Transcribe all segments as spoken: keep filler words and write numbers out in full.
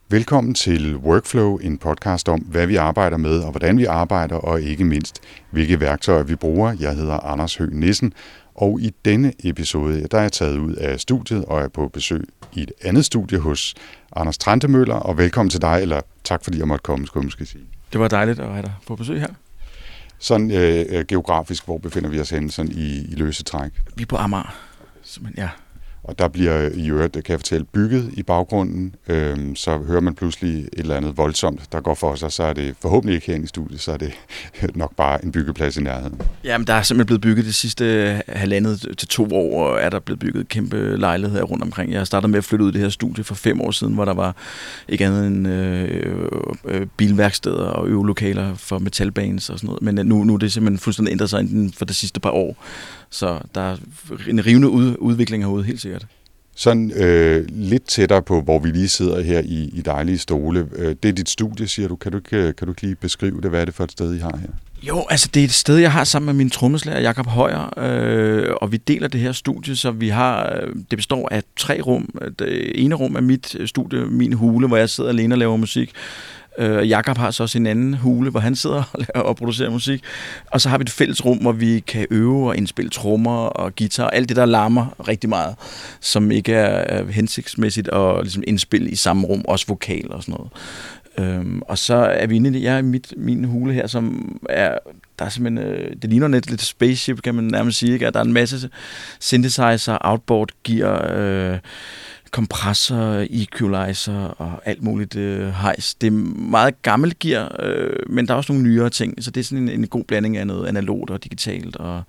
Velkommen til Workflow, en podcast om, hvad vi arbejder med og hvordan vi arbejder, og ikke mindst, hvilke værktøjer vi bruger. Jeg hedder Anders Høgh Nissen, og i denne episode, der er jeg taget ud af studiet og er på besøg i et andet studie hos Anders Trentemøller, og velkommen til dig, eller tak fordi jeg måtte komme, skulle jeg måske sige. Det var dejligt at have dig på besøg her. Sådan øh, geografisk, hvor befinder vi os henne sådan i, i løse træk? Vi er på Amager, simpelthen, ja. Og der bliver i øvrigt, kan jeg fortælle, bygget i baggrunden, øhm, så hører man pludselig et eller andet voldsomt, der går for sig, så er det forhåbentlig ikke herinde i studiet, så er det nok bare en byggeplads i nærheden. Jamen, der er simpelthen blevet bygget de sidste halvandet til to år, og er der blevet bygget kæmpe lejligheder rundt omkring. Jeg startede med at flytte ud i det her studie for fem år siden, hvor der var ikke andet end øh, øh, bilværksteder og øvelokaler for metalbands og sådan noget, men nu, nu er det simpelthen fuldstændig ændret sig inden for de sidste par år. Så der er en rivende ud, udvikling herude, helt sikkert. Sådan øh, lidt tættere på, hvor vi lige sidder her i, i dejlige stole. Det er dit studie, siger du. Kan du, ikke, kan du ikke lige beskrive det? Hvad er det for et sted, I har her? Jo, altså det er et sted, jeg har sammen med min trommeslager, Jakob Højer, øh, og vi deler det her studie, så vi har, det består af tre rum. Det ene rum er mit studie, min hule, hvor jeg sidder alene og laver musik. Øh, Jakob har så også en anden hule, hvor han sidder og, laver og producerer musik. Og så har vi et fælles rum, hvor vi kan øve og indspille trommer og guitar, og alt det, der larmer rigtig meget, som ikke er hensigtsmæssigt at ligesom indspille i samme rum, også vokal og sådan noget. Øhm, og så er vi inde i det, jeg er i mit, min hule her, som er, der er simpelthen, øh, det ligner lidt, lidt spaceship, kan man nærmest sige, ikke? At der er en masse synthesizer, outboard gear, øh, kompressor, equalizer og alt muligt øh, hejs. Det er meget gammelt gear, øh, men der er også nogle nyere ting, så det er sådan en, en god blanding af noget analogt og digitalt, og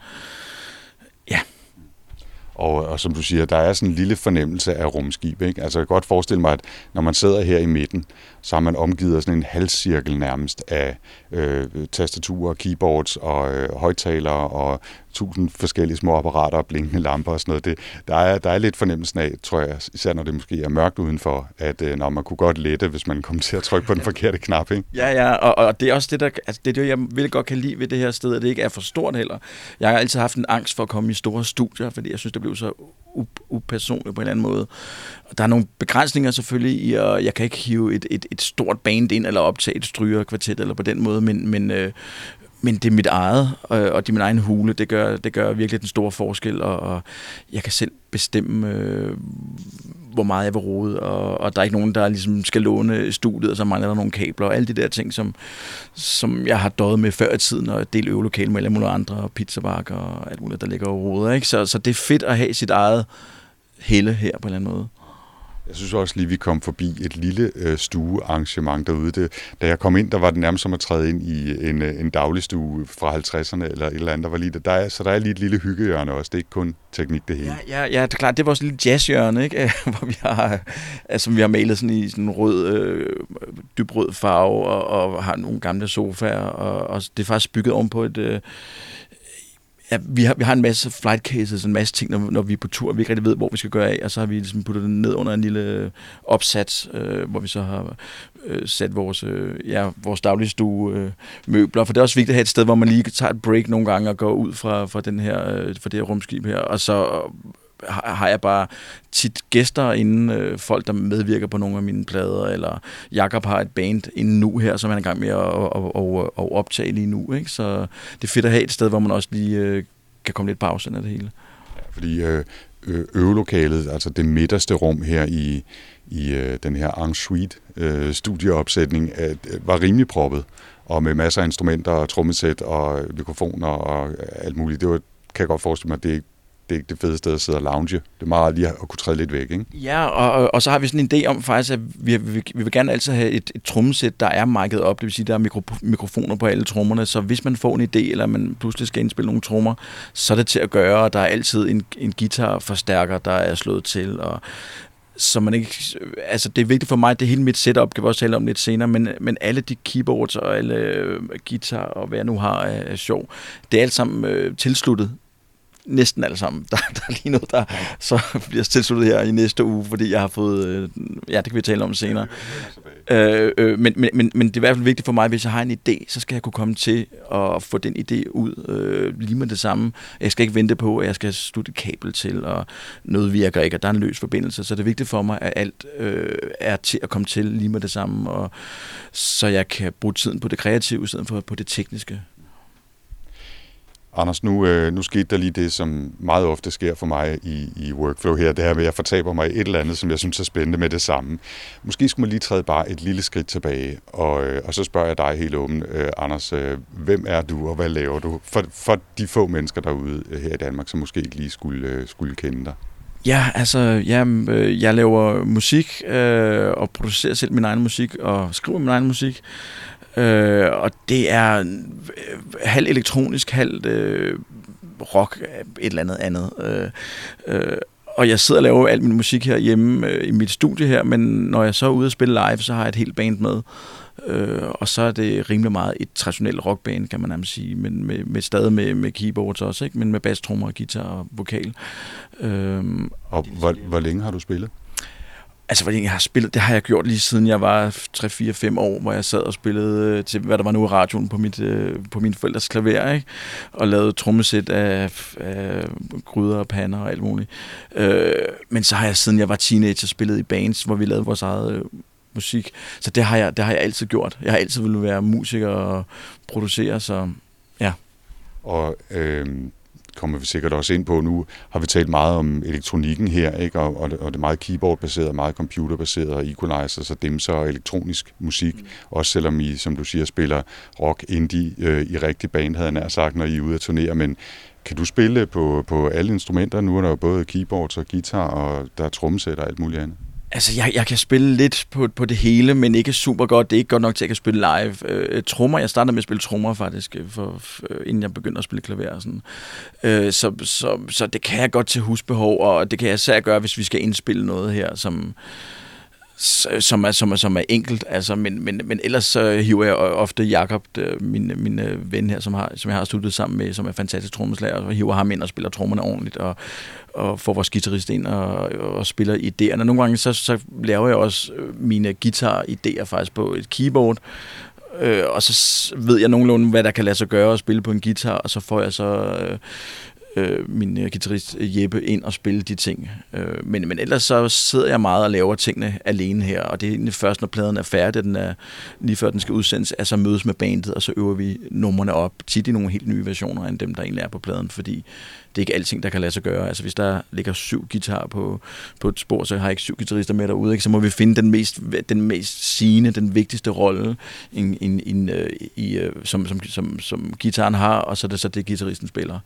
ja. Og, og som du siger, der er sådan en lille fornemmelse af rumskib, ikke? Altså jeg kan godt forestille mig, at når man sidder her i midten, så har man omgivet af sådan en halvcirkel nærmest af øh, tastaturer, keyboards og øh, højttalere og tusind forskellige små apparater og blinkende lamper og sådan noget. Det, der, er, der er lidt fornemmelsen af, tror jeg, især når det måske er mørkt udenfor, at øh, når man kunne godt lette, hvis man kom til at trykke på den forkerte knap, ikke? Ja, ja, og, og det er også det, der, altså det er det, jeg virkelig godt kan lide ved det her sted, at det ikke er for stort heller. Jeg har altid haft en angst for at komme i store studier, fordi jeg synes, det blev så upersonligt på en eller anden måde. Der er nogle begrænsninger selvfølgelig i, at jeg kan ikke hive et, et, et stort band ind, eller optage et strygerkvartet, eller på den måde, men, men, øh, men det er mit eget, og, og det er min egen hule. Det gør, det gør virkelig den store forskel, og, og jeg kan selv bestemme, øh, hvor meget jeg vil rode, og, og der er ikke nogen, der ligesom skal låne studiet, og så mangler der nogle kabler, og alle de der ting, som, som jeg har døjet med før i tiden, og dele øvelokale med alle mulige andre, og pizzabakker og alt muligt, der ligger og roder, ikke? Så, så det er fedt at have sit eget helle her på en eller anden måde. Jeg synes også lige, vi kom forbi et lille øh, stuearrangement derude. Det, da jeg kom ind, der var det nærmest som at træde ind i en, en dagligstue fra halvtredserne eller et eller andet. Der var lige det. Der er, så der er lige et lille hyggehjørne også. Det er ikke kun teknik, det hele. Ja, ja, ja, det er klart. Det er vores lille jazzhjørne, ikke? Hvor vi har, altså, vi har malet sådan i sådan en rød, øh, dybrød farve og, og har nogle gamle sofaer. Og, og det er faktisk bygget oven på et... Øh, Ja, vi har, vi har en masse flight cases, en masse ting, når, når vi er på tur, og vi ikke rigtig ved, hvor vi skal gøre af, og så har vi ligesom puttet det ned under en lille opsats, øh, hvor vi så har øh, sat vores, øh, ja, vores dagligstue øh, møbler, for det er også vigtigt at have et sted, hvor man lige tager et break nogle gange og går ud fra, fra, den her, øh, fra det her rumskib her, og så har jeg bare tit gæster inden, øh, folk, der medvirker på nogle af mine plader, eller Jakob har et band inden nu her, som han er i gang med at, at, at, at optage lige nu, ikke? Så det er fedt at have et sted, hvor man også lige øh, kan komme lidt på afstand af det hele. Ja, fordi øh, øvelokalet, altså det midterste rum her i, i øh, den her en suite øh, studieopsætning, øh, var rimelig proppet, og med masser af instrumenter og trommesæt og mikrofoner og alt muligt. Det var, kan jeg godt forestille mig, at det ikke det er ikke det fede sted at sidde og lounge. Det er meget lige at kunne træde lidt væk, ikke? Ja, og, og, og så har vi sådan en idé om faktisk, at vi, vi, vi vil gerne altid have et, et trommesæt, der er mic'et op. Det vil sige, der er mikro, mikrofoner på alle trommerne. Så hvis man får en idé, eller man pludselig skal indspille nogle trommer, så er det til at gøre. Og der er altid en, en guitarforstærker, der er slået til. Og så man ikke, altså det er vigtigt for mig, det hele mit setup, kan vi også tale om lidt senere, men, men alle de keyboards og alle guitar og hvad jeg nu har af sjov, det er alt sammen øh, tilsluttet næsten alle sammen. Der, der er lige noget, der så bliver tilsluttet her i næste uge, fordi jeg har fået... Øh, ja, det kan vi tale om senere. Øh, øh, men, men, men det er i hvert fald vigtigt for mig, hvis jeg har en idé, så skal jeg kunne komme til at få den idé ud øh, lige med det samme. Jeg skal ikke vente på, at jeg skal slutte et kabel til, og noget virker ikke, og der er en løs forbindelse. Så det er vigtigt for mig, at alt øh, er til at komme til lige med det samme, og så jeg kan bruge tiden på det kreative, i stedet for på det tekniske. Anders, nu, øh, nu skete der lige det, som meget ofte sker for mig i, i workflow her, det her med, at jeg fortaber mig i et eller andet, som jeg synes er spændende med det samme. Måske skulle man lige træde bare et lille skridt tilbage, og, øh, og så spørger jeg dig helt åbent, øh, Anders, øh, hvem er du, og hvad laver du? For, for de få mennesker derude øh, her i Danmark, som måske ikke lige skulle, øh, skulle kende dig. Ja, altså, ja, øh, jeg laver musik, øh, og producerer selv min egen musik, og skriver min egen musik. Øh, og det er øh, halv elektronisk, halv øh, rock, et eller andet andet. Øh, øh, og jeg sidder og laver al min musik her hjemme øh, i mit studie her, men når jeg så er ude og spille live, så har jeg et helt band med. Øh, og så er det rimelig meget et traditionelt rockband, kan man nærmest sige, men med, med stadig med, med keyboards også, ikke? Men med bass, trommer, guitar og vokal. Øh, og hvor, hvor længe har du spillet? Altså, hvor længe jeg har spillet, det har jeg gjort lige siden jeg var tre, fire, fem år, hvor jeg sad og spillede til, hvad der var nu i radioen på, mit, på mine forældres klaver, ikke? Og lavede trommesæt af, af gryder og pander og alt muligt. Øh, men så har jeg, siden jeg var teenager, spillet i bands, hvor vi lavede vores eget øh, musik. Så det har, jeg, det har jeg altid gjort. Jeg har altid ville være musiker og producere, så ja. Og... Øh... kommer vi sikkert også ind på. Nu har vi talt meget om elektronikken her, ikke? Og, og, det, og det er meget keyboard-baseret, meget computerbaseret, og equalizers og dimser og elektronisk musik. Mm. Også selvom I, som du siger, spiller rock, indie øh, i rigtig band, havde jeg nær sagt, når I er ude at turnere. Men kan du spille på, på alle instrumenter? Nu er der jo både keyboards og guitar, og der er trommesæt og alt muligt andet. Altså, jeg, jeg kan spille lidt på, på det hele, men ikke super godt. Det er ikke godt nok til, at jeg kan spille live. Øh, trommer, jeg startede med at spille trommer faktisk, for, for, inden jeg begyndte at spille klaver og sådan. Øh, så, så, så det kan jeg godt til husbehov, og det kan jeg især gøre, hvis vi skal indspille noget her, som, som, er, som, er, som er enkelt. Altså, men, men, men ellers så hiver jeg ofte Jakob, min, min ven her, som, har, som jeg har studeret sammen med, som er fantastisk trommeslager, og hiver ham ind og spiller trommerne ordentligt, og og får vores guitarist ind og, og spiller idéerne. Nogle gange så, så laver jeg også mine guitar-idéer faktisk på et keyboard, øh, og så ved jeg nogenlunde, hvad der kan lade sig gøre at spille på en guitar, og så får jeg så øh, øh, min guitarist Jeppe ind og spille de ting. Øh, men, men ellers så sidder jeg meget og laver tingene alene her, og det er egentlig først, når pladen er færdig, den er, lige før den skal udsendes, at så mødes med bandet, og så øver vi numrene op, tit i nogle helt nye versioner end dem, der egentlig er på pladen, fordi det er ikke alting, der kan lade sig gøre. Altså hvis der ligger syv guitarer på, på et spor, så har jeg ikke syv guitarister med derude, ikke? Så må vi finde den mest, den mest sigende, den vigtigste rolle, in, in, in, uh, i, uh, som, som, som, som guitaren har, og så er det så det, guitaristen spiller.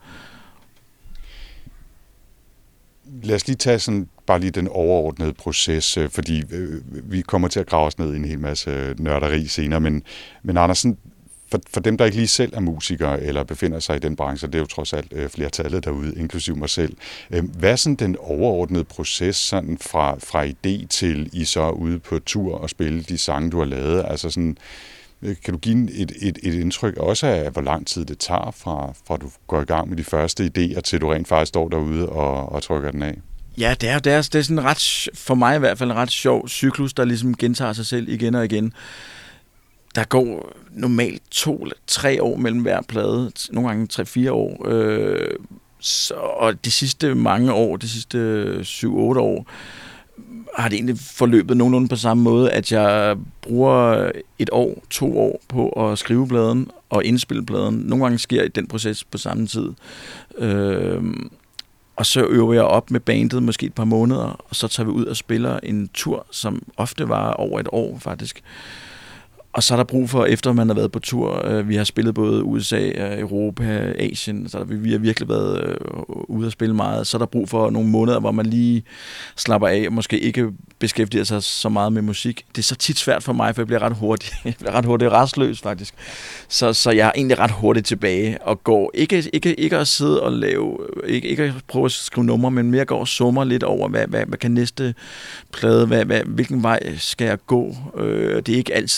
Lad os lige tage sådan bare lige den overordnede proces, fordi vi kommer til at grave os ned i en hel masse nørderi senere, men, men Andersen, for, for dem, der ikke lige selv er musikere eller befinder sig i den branche, det er jo trods alt øh, flertallet derude, inklusive mig selv. Øh, hvad er sådan den overordnede proces sådan fra, fra idé til I så ude på tur og spille de sange, du har lavet? Altså sådan, kan du give et, et, et indtryk også af, hvor lang tid det tager, fra, fra du går i gang med de første idéer, til du rent faktisk står derude og, og trykker den af? Ja, det er, det, er, det er sådan en ret, for mig i hvert fald en ret sjov cyklus, der ligesom gentager sig selv igen og igen. Der går normalt to eller tre år mellem hver plade, nogle gange tre-fire år. Øh, så, og de sidste mange år, de sidste syv otte år, har det egentlig forløbet nogenlunde på samme måde, at jeg bruger et år, to år på at skrive pladen og indspille pladen. Nogle gange sker den proces på samme tid. Øh, og så øver jeg op med bandet måske et par måneder, og så tager vi ud og spiller en tur, som ofte var over et år faktisk. Og så er der brug for, efter man har været på tur, øh, vi har spillet både U S A, Europa, Asien, så der, vi har virkelig været øh, ude at spille meget, så er der brug for nogle måneder, hvor man lige slapper af, og måske ikke beskæftiger sig så meget med musik. Det er så tit svært for mig, for jeg bliver ret hurtigt, jeg bliver ret hurtigt rastløs faktisk. Så, så jeg er egentlig ret hurtigt tilbage, og går ikke, ikke, ikke at sidde og lave, ikke, ikke at prøve at skrive numre, men mere går og summer lidt over, hvad, hvad, hvad kan næste plade, hvad, hvad, hvilken vej skal jeg gå. Øh, det er ikke altid, eller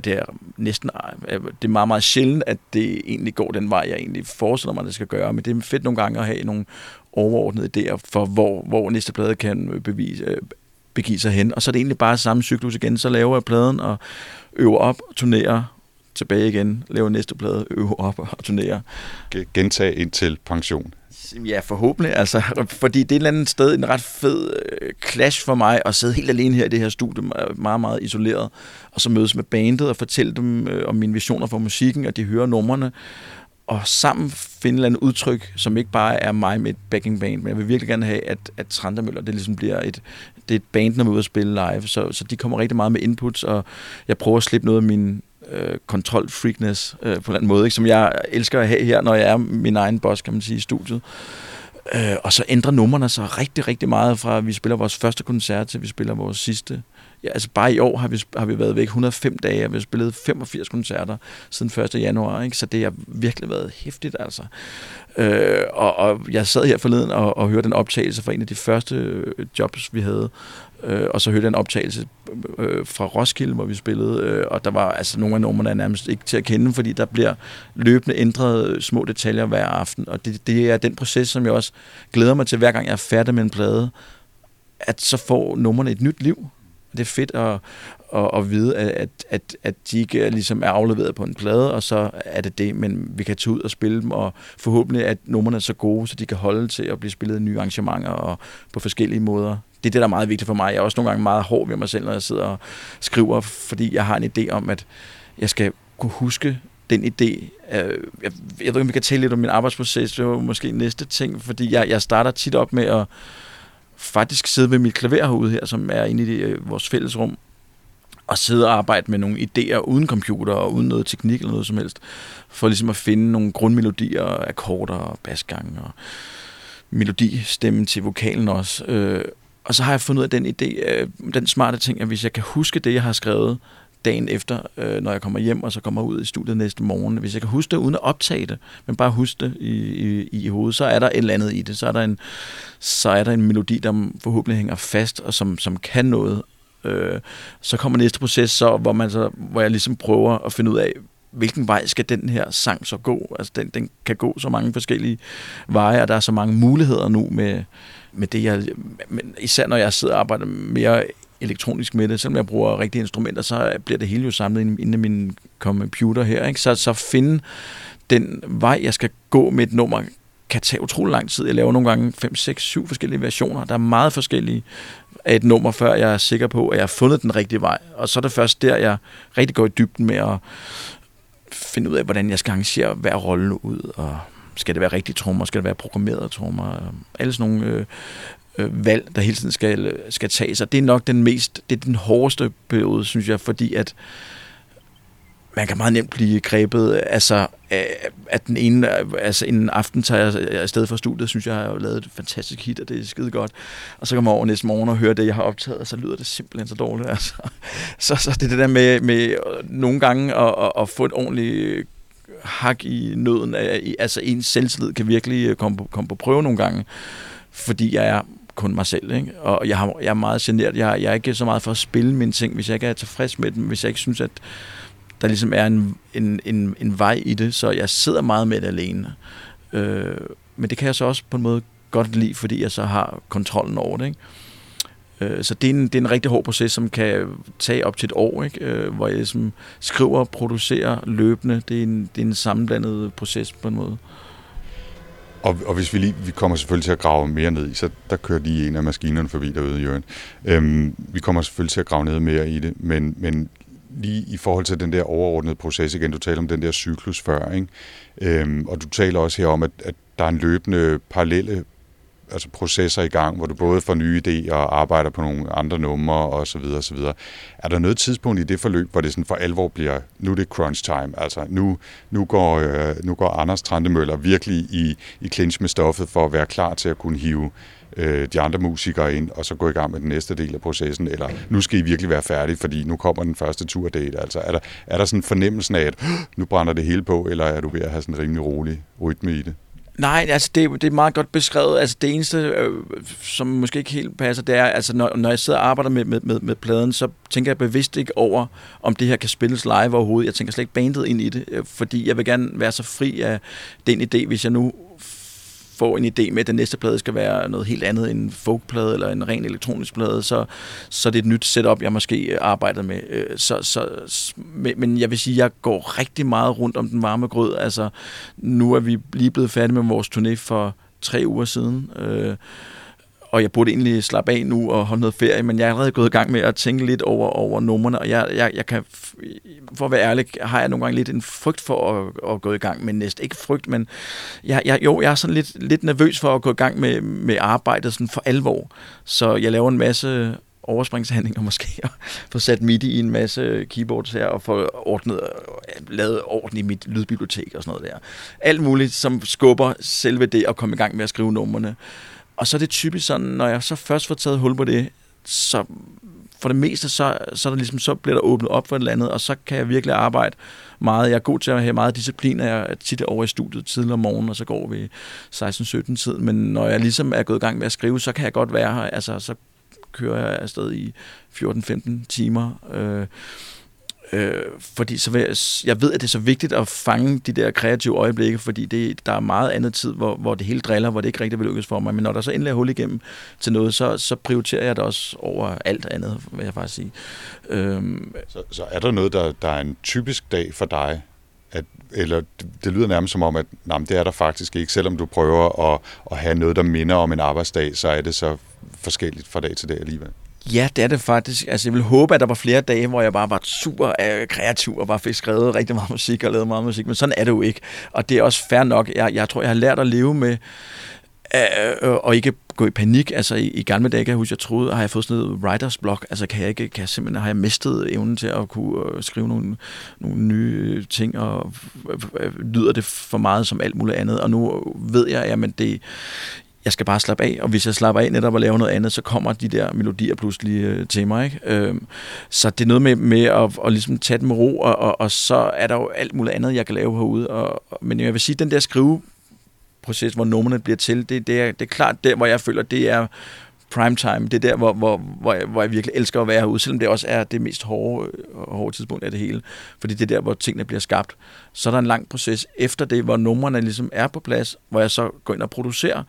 det er næsten, det er meget, meget sjældent, at det egentlig går den vej, jeg egentlig forestiller mig, det skal gøre, men det er fedt nogle gange at have nogle overordnede idéer for, hvor, hvor næste plade kan bevise, begive sig hen, og så er det egentlig bare samme cyklus igen, så laver jeg pladen og øver op, turnerer, tilbage igen, laver næste plade, øver op og turnerer. Gentag indtil pension. Ja, forhåbentlig, altså, fordi det er et eller andet sted en ret fed øh, clash for mig at sidde helt alene her i det her studie, meget, meget isoleret, og så mødes med bandet og fortælle dem øh, om mine visioner for musikken, og de hører numrene, og sammen finde et eller andet udtryk, som ikke bare er mig med et backing band, men jeg vil virkelig gerne have, at, at Trantemøller, det ligesom bliver et, det er et band, når vi er ude at spille live, så, så de kommer rigtig meget med inputs, og jeg prøver at slippe noget af min øh, kontrol-freakness øh, på en eller anden måde, ikke? Som jeg elsker at have her, når jeg er min egen boss, kan man sige, i studiet. Øh, og så ændrer numrene sig rigtig, rigtig meget fra, at vi spiller vores første koncert, til vi spiller vores sidste. Ja, altså bare i år har vi, har vi været væk et hundrede og fem dage, og vi har spillet femogfirs koncerter siden første januar, ikke? Så det har virkelig været hæftigt, altså. Øh, og, og jeg sad her forleden og, og hørte en optagelse fra en af de første jobs, vi havde, øh, og så hørte jeg en optagelse øh, fra Roskilde, hvor vi spillede, øh, og der var altså nogle af numrene er nærmest ikke til at kende, fordi der bliver løbende ændret små detaljer hver aften, og det, det er den proces, som jeg også glæder mig til, hver gang jeg er færdig med en plade, at så får numrene et nyt liv. Det er fedt at, at, at vide, at, at, at de ikke ligesom er afleveret på en plade, og så er det det, men vi kan tage ud og spille dem, og forhåbentlig at numrene er så gode, så de kan holde til at blive spillet i nye arrangementer og på forskellige måder. Det er det, der er meget vigtigt for mig. Jeg er også nogle gange meget hård ved mig selv, når jeg sidder og skriver, fordi jeg har en idé om, at jeg skal kunne huske den idé. Jeg, jeg ved ikke, om vi kan tale lidt om min arbejdsproces, det var måske næste ting, fordi jeg, jeg starter tit op med at faktisk sidde ved mit klaver herude her, som er inde i det, vores fællesrum, og sidde og arbejde med nogle idéer uden computer og uden noget teknik eller noget som helst, for ligesom at finde nogle grundmelodier, akkorder og basgange og melodistemmen til vokalen også. Øh, og så har jeg fundet ud af den idé, øh, den smarte ting, at hvis jeg kan huske det, jeg har skrevet dagen efter, øh, når jeg kommer hjem, og så kommer ud i studiet næste morgen. Hvis jeg kan huske det uden at optage det, men bare huske det i, i, i hovedet, så er der et eller andet i det. Så er der en, så er der en melodi, der forhåbentlig hænger fast, og som, som kan noget. Øh, så kommer næste proces, så, hvor, man så, hvor jeg ligesom prøver at finde ud af, hvilken vej skal den her sang så gå? Altså, den, den kan gå så mange forskellige veje, og der er så mange muligheder nu med, med det, jeg... Men især når jeg sidder og arbejder mere elektronisk med det, selvom jeg bruger rigtige instrumenter, så bliver det hele jo samlet inde i min computer her, ikke? Så, så finde den vej, jeg skal gå med et nummer, kan tage utrolig lang tid. Jeg laver nogle gange fem, seks, syv forskellige versioner. Der er meget forskellige af et nummer, før jeg er sikker på, at jeg har fundet den rigtige vej. Og så er det først der, jeg rigtig går i dybden med at finde ud af, hvordan jeg skal arrangere hver rolle ud, og skal det være rigtige trommer, skal det være programmerede trommer, alle sådan nogle øh, øh, valg, der hele tiden skal, skal tages. Og det er nok den mest, det er den hårdeste periode, synes jeg, fordi at man kan meget nemt blive grebet, altså at den ene, altså en aften tager jeg afsted fra studiet, synes jeg, jeg har lavet et fantastisk hit, og det er skide godt. Og så kommer jeg over næste morgen og hører det, jeg har optaget, og så lyder det simpelthen så dårligt. Altså. Så, så det er det der med, med nogle gange at, at, at få et ordentligt hak i nøden, altså ens selvtillid kan virkelig komme på, komme på prøve nogle gange, fordi jeg er kun mig selv, ikke? Og jeg, har, jeg er meget genert. Jeg, jeg er ikke så meget for at spille mine ting, hvis jeg ikke er tilfreds med dem, hvis jeg ikke synes, at der ligesom er en, en, en, en vej i det, så jeg sidder meget med det alene. Øh, men det kan jeg så også på en måde godt lide, fordi jeg så har kontrollen over det, ikke? Øh, så det er, en, det er en rigtig hård proces, som kan tage op til et år, ikke? Øh, hvor jeg ligesom skriver og producerer løbende. Det er en, det er en sammenblandet proces på en måde. Og, og hvis vi lige, vi kommer selvfølgelig til at grave mere ned i, så der kører lige en af maskinerne forbi derude, Jørgen. Øhm, vi kommer selvfølgelig til at grave ned mere i det, men, men lige i forhold til den der overordnede proces igen, du taler om den der cyklus før, ikke? Øhm, og du taler også her om, at, at der er en løbende parallelle altså processer i gang, hvor du både får nye idéer og arbejder på nogle andre numre og så videre og så videre. Er der noget tidspunkt i det forløb, hvor det sådan for alvor bliver, nu er det crunch time, altså nu, nu, går, øh, nu går Anders Trantemøller virkelig i, i clinch med stoffet for at være klar til at kunne hive øh, de andre musikere ind, og så gå i gang med den næste del af processen, eller nu skal I virkelig være færdige, fordi nu kommer den første turdate. Altså er der, er der sådan en fornemmelsen af, at nu brænder det hele på, eller er du ved at have sådan en rimelig rolig rytme i det? Nej, altså det, det er meget godt beskrevet. Altså det eneste, øh, som måske ikke helt passer, det er, altså når, når jeg sidder og arbejder med, med, med, med pladen, så tænker jeg bevidst ikke over, om det her kan spilles live overhovedet. Jeg tænker slet ikke bandet ind i det, øh, fordi jeg vil gerne være så fri af den idé, hvis jeg nu får en idé med, at den næste plade skal være noget helt andet end en folkplade eller en ren elektronisk plade, så, så det er et nyt setup, jeg måske arbejder med. Så, så, men jeg vil sige, at jeg går rigtig meget rundt om den varme grød. Altså, nu er vi lige blevet færdige med vores turné for tre uger siden, og jeg burde egentlig slappe af nu og holde noget ferie, men jeg er allerede gået i gang med at tænke lidt over, over numrene, og jeg, jeg, jeg kan, for at være ærlig, har jeg nogle gange lidt en frygt for at, at gå i gang med næste. Ikke frygt, men jeg, jeg, jo, jeg er sådan lidt, lidt nervøs for at gå i gang med, med arbejdet sådan for alvor, så jeg laver en masse overspringshandlinger måske, og få sat midi i en masse keyboards her, og få ordnet, lavet orden i mit lydbibliotek og sådan noget der. Alt muligt, som skubber selve det at komme i gang med at skrive numrene. Og så er det typisk sådan, når jeg så først får taget hul på det, så for det meste, så, så, er der ligesom, så bliver der åbnet op for et eller andet, og så kan jeg virkelig arbejde meget. Jeg er god til at have meget disciplin, og jeg er tit over i studiet tidligere om morgenen, og så går vi seksten sytten tid. Men når jeg ligesom er gået i gang med at skrive, så kan jeg godt være her. Altså, så kører jeg afsted i fjorten femten timer. Øh, Øh, fordi så vil jeg, jeg ved, at det er så vigtigt at fange de der kreative øjeblikke, fordi det, der er meget andet tid, hvor, hvor det hele driller, hvor det ikke rigtig vil lykkes for mig. Men når der så endelig er hul igennem til noget, så, så prioriterer jeg det også over alt andet, vil jeg faktisk sige. Øhm, så, så er der noget, der, der er en typisk dag for dig? At, eller det, det lyder nærmest som om, at nej, det er der faktisk ikke. Selvom du prøver at, at have noget, der minder om en arbejdsdag, så er det så forskelligt fra dag til dag alligevel. Ja, det er det faktisk. Altså, jeg vil håbe, at der var flere dage, hvor jeg bare var super øh, kreativ og bare fik skrevet rigtig meget musik og lavet meget musik, men sådan er det jo ikke. Og det er også fair nok. Jeg, jeg tror, jeg har lært at leve med øh, øh, og ikke gå i panik. Altså, i, i gamle dage, kan jeg huske, jeg troede, har jeg fået sådan noget writers block. Altså, kan jeg ikke, kan jeg simpelthen, har jeg mistet evnen til at kunne øh, skrive nogle, nogle nye ting, og øh, lyder det for meget som alt muligt andet. Og nu ved jeg, jamen det jeg skal bare slappe af, og hvis jeg slapper af netop og laver noget andet, så kommer de der melodier pludselig øh, til mig, ikke? Øhm, så det er noget med, med at, at ligesom tage det med ro, og, og, og så er der jo alt muligt andet, jeg kan lave herude. Og, og, men jeg vil sige, den der skriveproces, hvor numrene bliver til, det, det, er, det er klart der, hvor jeg føler, det er primetime. Det er der, hvor, hvor, hvor, jeg, hvor jeg virkelig elsker at være herude, selvom det også er det mest hårde, hårde tidspunkt af det hele. Fordi det er der, hvor tingene bliver skabt. Så er der en lang proces efter det, hvor numrene ligesom er på plads, hvor jeg så går ind og producerer.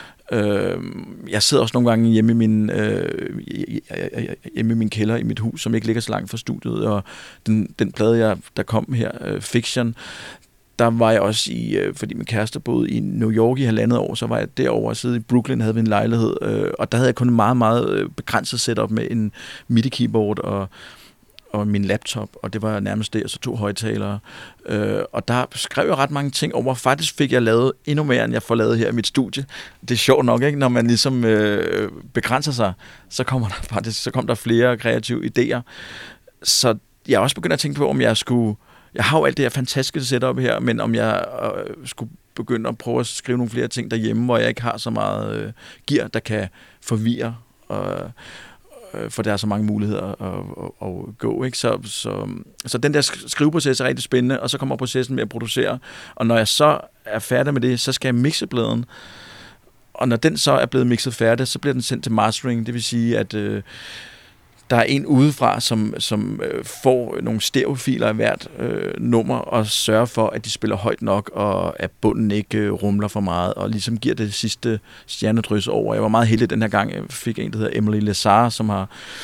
Jeg sidder også nogle gange hjemme i min øh, hjemme i min kælder i mit hus, som ikke ligger så langt fra studiet, og den, den plade, jeg, der kom her, øh, Fiction, der var jeg også i, øh, fordi min kæreste boede i New York i halvandet år, så var jeg derovre og sidde i Brooklyn, havde vi en lejlighed, øh, og der havde jeg kun en meget, meget begrænset setup med en midi-keyboard og og min laptop, og det var nærmest det, og så to højtalere. Øh, og der skrev jeg ret mange ting over. Faktisk fik jeg lavet endnu mere, end jeg får lavet her i mit studie. Det er sjovt nok, ikke? Når man ligesom øh, begrænser sig, så kommer der faktisk så kom der flere kreative idéer. Så jeg er også begyndt at tænke på, om jeg skulle... Jeg har jo alt det her fantastiske setup her, men om jeg øh, skulle begynde at prøve at skrive nogle flere ting derhjemme, hvor jeg ikke har så meget øh, gear, der kan forvirre og for der er så mange muligheder at, at, at gå, ikke? Så, så, så den der skriveproces er rigtig spændende, og så kommer processen med at producere, og når jeg så er færdig med det, så skal jeg mixe pladen, og når den så er blevet mixet færdig, så bliver den sendt til mastering, det vil sige, at øh, der er en udefra, som, som øh, får nogle stereofiler af hvert øh, nummer, og sørger for, at de spiller højt nok, og at bunden ikke øh, rumler for meget, og ligesom giver det sidste stjernedrys over. Jeg var meget heldig den her gang. Jeg fik en, der hedder Emily Lazar, som har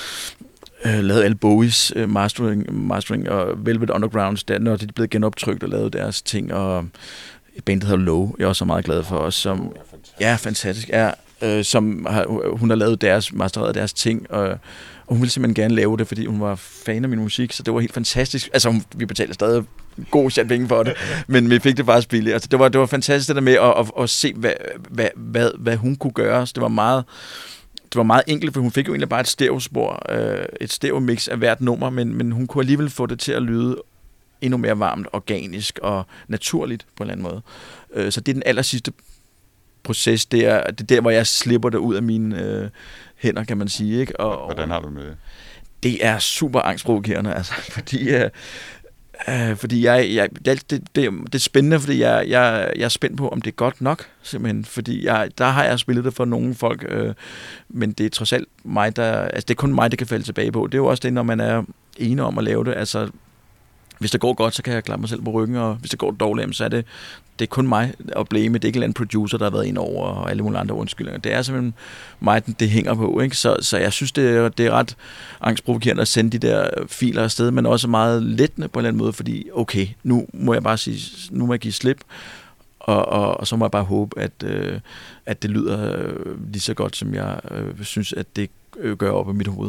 øh, lavet alle Bowies øh, mastering, mastering og Velvet Undergrounds, der, når de er blevet genoptrykt og lavet deres ting, og et band, der hedder Low, jeg er også meget glad for os. Som, ja, fantastisk. Ja, øh, som har, hun har lavet deres, mastereret deres ting, og og hun ville simpelthen gerne lave det, fordi hun var fan af min musik, så det var helt fantastisk. Altså, hun, vi betalte stadig god chat penge for det, men vi fik det faktisk billigt. Altså, det var, det var fantastisk det der med at, at, at se, hvad, hvad, hvad, hvad hun kunne gøre. Så det var meget, det var meget enkelt, for hun fik jo egentlig bare et stereospor, øh, et stereo-mix af hvert nummer, men, men hun kunne alligevel få det til at lyde endnu mere varmt, organisk og naturligt på en eller anden måde. Øh, så det er den aller sidste proces. Det er, det er der, hvor jeg slipper det ud af mine øh, hænder, kan man sige, ikke? Og, hvordan har du med det? Det er super angstprovokerende, altså, fordi øh, Uh, fordi jeg, jeg, det, det, det, det er spændende, fordi jeg, jeg, jeg er spændt på, om det er godt nok, simpelthen. Fordi jeg, der har jeg spillet det for nogle folk, øh, men det er trods alt mig, der... Altså, det er kun mig, der kan falde tilbage på. Det er jo også det, når man er enig om at lave det. Altså, hvis det går godt, så kan jeg klappe mig selv på ryggen, og hvis det går dårligt, så er det, det er kun mig at blame. Det er ikke en eller anden producer, der har været ind over, og alle mulige andre undskyldninger. Det er simpelthen mig, det hænger på. Ikke? Så, så jeg synes, det er, det er ret angstprovokerende at sende de der filer afsted, men også meget lettende på en eller anden måde, fordi okay, nu må jeg bare sige, nu må jeg give slip, og, og, og så må jeg bare håbe, at, øh, at det lyder øh, lige så godt, som jeg øh, synes, at det gør op i mit hoved.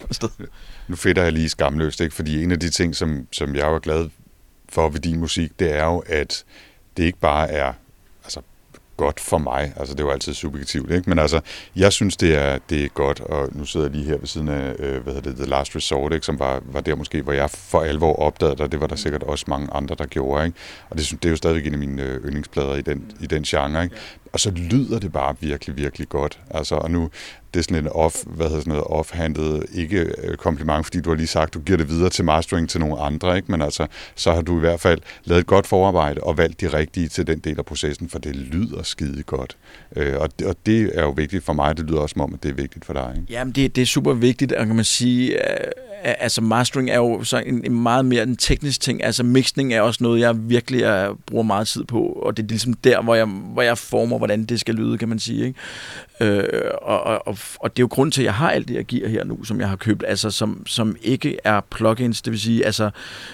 Nu fedter jeg lige skamløst, ikke? Fordi en af de ting, som, som jeg er glad for ved din musik, det er jo, at det ikke bare er altså, godt for mig. Altså, det er jo altid subjektivt, ikke? Men altså, jeg synes, det er, det er godt, og nu sidder jeg lige her ved siden af, øh, hvad hedder det, The Last Resort, ikke? Som var, var der måske, hvor jeg for alvor opdagede det, det var der sikkert også mange andre, der gjorde, ikke? Og det, det er jo stadigvæk en af mine yndlingsplader i den, i den genre, ikke? Og så lyder det bare virkelig, virkelig godt. Altså, og nu, det er sådan en off, hvad hedder sådan noget, off-handed, ikke kompliment, fordi du har lige sagt, du giver det videre til mastering til nogle andre, ikke? Men altså, så har du i hvert fald lavet et godt forarbejde og valgt de rigtige til den del af processen, for det lyder skide godt. Øh, og, det, og det er jo vigtigt for mig, det lyder også som om, at det er vigtigt for dig, ikke? Jamen, det, det er super vigtigt, og kan man sige, altså mastering er jo så en, en meget mere en teknisk ting, altså mixning er også noget, jeg virkelig er, bruger meget tid på, og det er ligesom der, hvor jeg, hvor jeg former, hvordan det skal lyde, kan man sige, ikke? Øh, og, og, og det er jo grunden til, at jeg har alt det, jeg giver her nu, som jeg har købt, altså som, som ikke er plugins, det vil sige, altså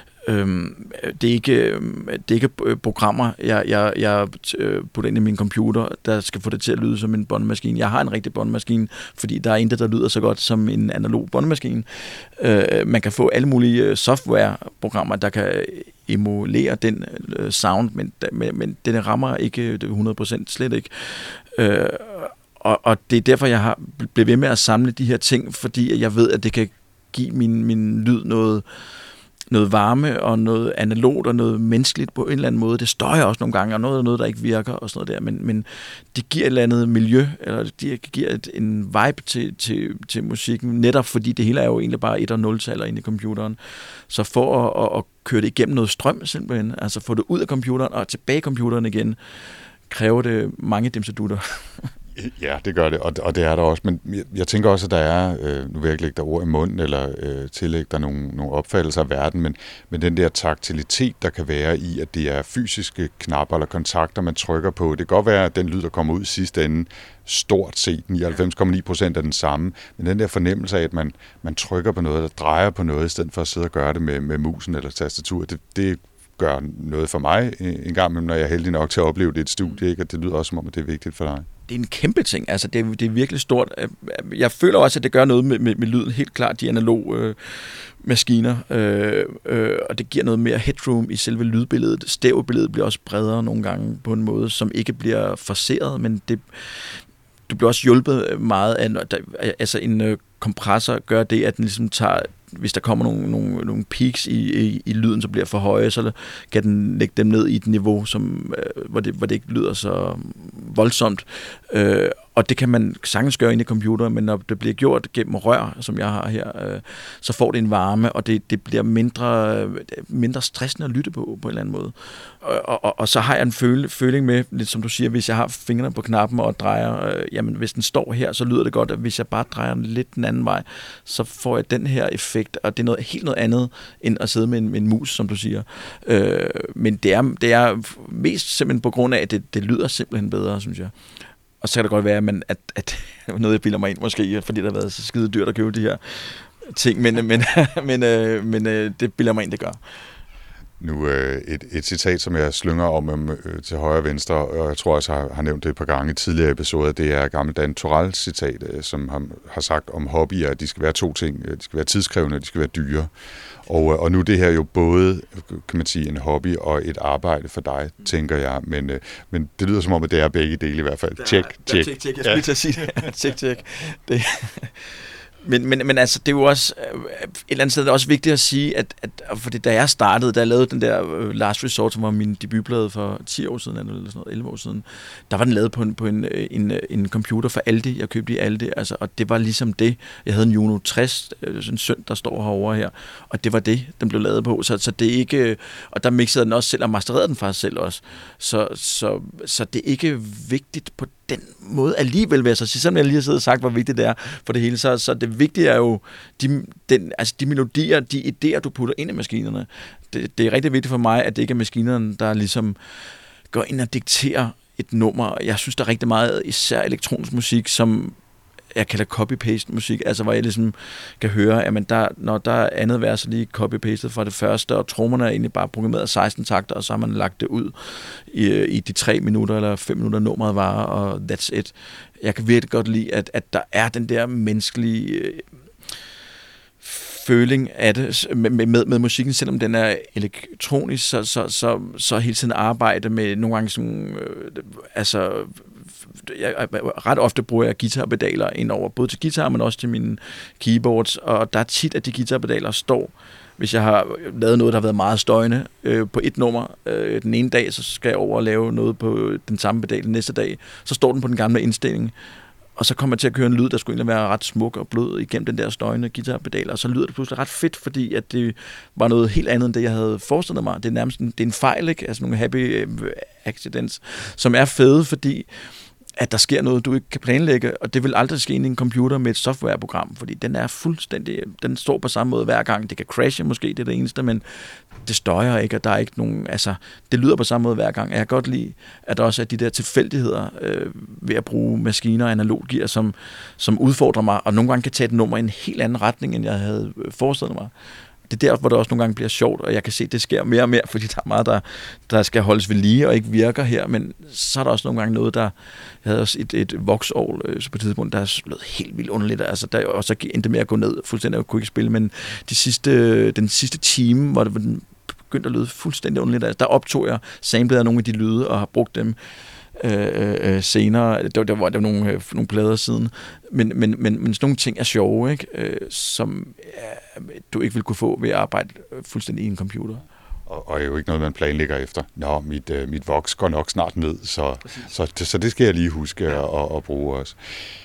Øhm, det, er ikke, det er ikke programmer, jeg, jeg, jeg putter ind i min computer, der skal få det til at lyde som en båndmaskine. Jeg har en rigtig båndmaskine, fordi der er intet, der lyder så godt som en analog båndmaskine. Øh, man kan få alle mulige softwareprogrammer, der kan emulere den øh, sound, men, men, men den rammer ikke hundrede procent, slet ikke. Øh, og, og det er derfor, jeg har blevet ved med at samle de her ting, fordi jeg ved, at det kan give min, min lyd noget noget varme og noget analogt og noget menneskeligt på en eller anden måde. Det støjer også nogle gange, og noget noget, der ikke virker og sådan noget der, men, men det giver et eller andet miljø, eller det giver et, en vibe til, til, til musikken, netop fordi det hele er jo egentlig bare et- og nul-taller inde i computeren. Så for at, at, at køre det igennem noget strøm simpelthen, altså få det ud af computeren og tilbage i computeren igen, kræver det mange dimsedutter. Ja, det gør det, og, og det er der også. Men jeg, jeg tænker også, at der er, øh, nu vil jeg ikke lægge dig ord i munden, eller øh, tillægge dig nogle, nogle opfattelser af verden, men, men den der taktilitet, der kan være i, at det er fysiske knapper eller kontakter, man trykker på. Det kan godt være, at den lyd, der kommer ud i sidste ende, stort set nioghalvfems komma ni procent er den samme, men den der fornemmelse af, at man, man trykker på noget, eller drejer på noget, i stedet for at sidde og gøre det med, med musen eller tastatur, det, det gør noget for mig en gang imellem, når jeg er heldig nok til at opleve det i et studie, ikke? Og det lyder også som om, at det er vigtigt for dig. Det er en kæmpe ting, altså det er, det er virkelig stort. Jeg føler også, at det gør noget med, med, med lyden, helt klart de analoge øh, maskiner, øh, øh, og det giver noget mere headroom i selve lydbilledet. Stereobilledet bliver også bredere nogle gange på en måde, som ikke bliver forceret, men det, du bliver også hjulpet meget af, altså en øh, kompressor gør det, at den ligesom tager, hvis der kommer nogle, nogle, nogle peaks i, i, i lyden, så bliver for høje, så kan den lægge dem ned i et niveau, som, øh, hvor, det, hvor det ikke lyder så voldsomt. Øh, og det kan man sagtens gøre inde i computeren, men når det bliver gjort gennem rør, som jeg har her, øh, så får det en varme, og det, det bliver mindre, mindre stressende at lytte på, på en eller anden måde. Og, og, og så har jeg en føle, føling med, lidt som du siger, hvis jeg har fingrene på knappen og drejer, øh, jamen hvis den står her, så lyder det godt, at hvis jeg bare drejer den lidt den anden vej, så får jeg den her effekt, og det er noget helt noget andet, end at sidde med en, med en mus, som du siger. Øh, men det er, det er mest simpelthen på grund af, at det, det lyder simpelthen bedre, synes jeg. Og så kan det godt være, at, at, at noget, jeg bilder mig ind måske, fordi der har været så skide dyrt at købe de her ting, men, men, men, men, men det bilder mig ind, det gør. Nu et, et citat, som jeg slynger om øh, til højre og venstre, og jeg tror også, jeg har, har nævnt det et par gange i tidligere episoder, det er gammel Dan Torell citat, øh, som har, har sagt om hobbyer, at de skal være to ting. De skal være tidskrævende, og de skal være dyre. Og, og nu er det her jo både, kan man sige, en hobby og et arbejde for dig, tænker jeg. Men, øh, men det lyder som om, at det er begge dele i hvert fald. Tjek, tjek. Tjek, tjek. Jeg skulle lige til at sige det. Tjek, tjek. Det. Men, men, men altså, det er jo også, et eller andet sted er det også vigtigt at sige, at, at fordi da jeg startede, da jeg lavede den der uh, Last Resort, som var min debutplade for ti år siden, eller sådan noget, elleve år siden, der var den lavet på en, på en, en, en computer for Aldi. Jeg købte i Aldi, altså, og det var ligesom det. Jeg havde en Juno tres, sådan en søn, der står herovre her, og det var det, den blev lavet på. Så, så det er ikke, og der mixede den også selv, og mastererede den faktisk selv også. Så, så, så det er ikke vigtigt på den måde alligevel, vil jeg så sige, selvom jeg lige har siddet og sagt, hvor vigtigt det er for det hele, så, så det vigtige er jo de, den, altså de melodier, de idéer, du putter ind i maskinerne. Det, det er rigtig vigtigt for mig, at det ikke er maskinerne, der ligesom går ind og dikterer et nummer. Jeg synes, der er rigtig meget, især elektronisk musik, som jeg kalder copy-paste musik, altså hvor jeg ligesom kan høre, at der, når der er andet vers, så lige copy-pastet fra det første, og trommerne er egentlig bare programmeret seksten takter, og så har man lagt det ud i, i de tre minutter eller fem minutter nummeret varer, og that's it. Jeg kan virkelig godt lide, at, at der er den der menneskelige øh, føling af det med, med, med musikken, selvom den er elektronisk, så, så, så, så hele tiden arbejde med nogle gange sådan, øh, altså jeg, ret ofte bruger jeg guitarpedaler ind over, både til guitar, men også til mine keyboards, og der er tit, at de guitarpedaler står, hvis jeg har lavet noget, der har været meget støjende øh, på et nummer øh, den ene dag, så skal jeg over og lave noget på den samme pedal den næste dag, så står den på den gamle indstilling, og så kommer jeg til at køre en lyd, der skulle egentlig være ret smuk og blød igennem den der støjende guitarpedaler, og så lyder det pludselig ret fedt, fordi at det var noget helt andet, end det, jeg havde forestillet mig. Det er nærmest en, det er en fejl, ikke? Altså nogle happy accidents, som er fede, fordi at der sker noget, du ikke kan planlægge, og det vil aldrig ske i en computer med et softwareprogram, fordi den er fuldstændig, den står på samme måde hver gang. Det kan crashe måske, det er det eneste, men det støjer ikke, og der er ikke nogen, altså, det lyder på samme måde hver gang. Jeg kan godt lide, at der også er de der tilfældigheder øh, ved at bruge maskiner og analoggear, som, som udfordrer mig, og nogle gange kan tage et nummer i en helt anden retning, end jeg havde forestillet mig. Det er der, hvor det også nogle gange bliver sjovt, og jeg kan se, at det sker mere og mere, fordi der er meget, der, der skal holdes ved lige og ikke virker her, men så er der også nogle gange noget, der... Jeg havde også et, et Vauxhall øh, på et tidspunkt, der er blevet helt vildt underligt, altså der også endte med at gå ned fuldstændig, og kunne ikke spille, men de sidste, den sidste time, hvor det begyndte at lyde fuldstændig underligt, altså der optog jeg samlet af nogle af de lyde, og har brugt dem Øh, øh, senere, der, der var der nogle, øh, nogle plader siden, men, men, men, men sådan nogle ting er sjove, ikke? Øh, som øh, du ikke vil kunne få ved at arbejde fuldstændig i en computer. Og, og er jo ikke noget, man planlægger efter. Nå, mit, øh, mit voks går nok snart ned, så, så, det, så det skal jeg lige huske at, at, at bruge også.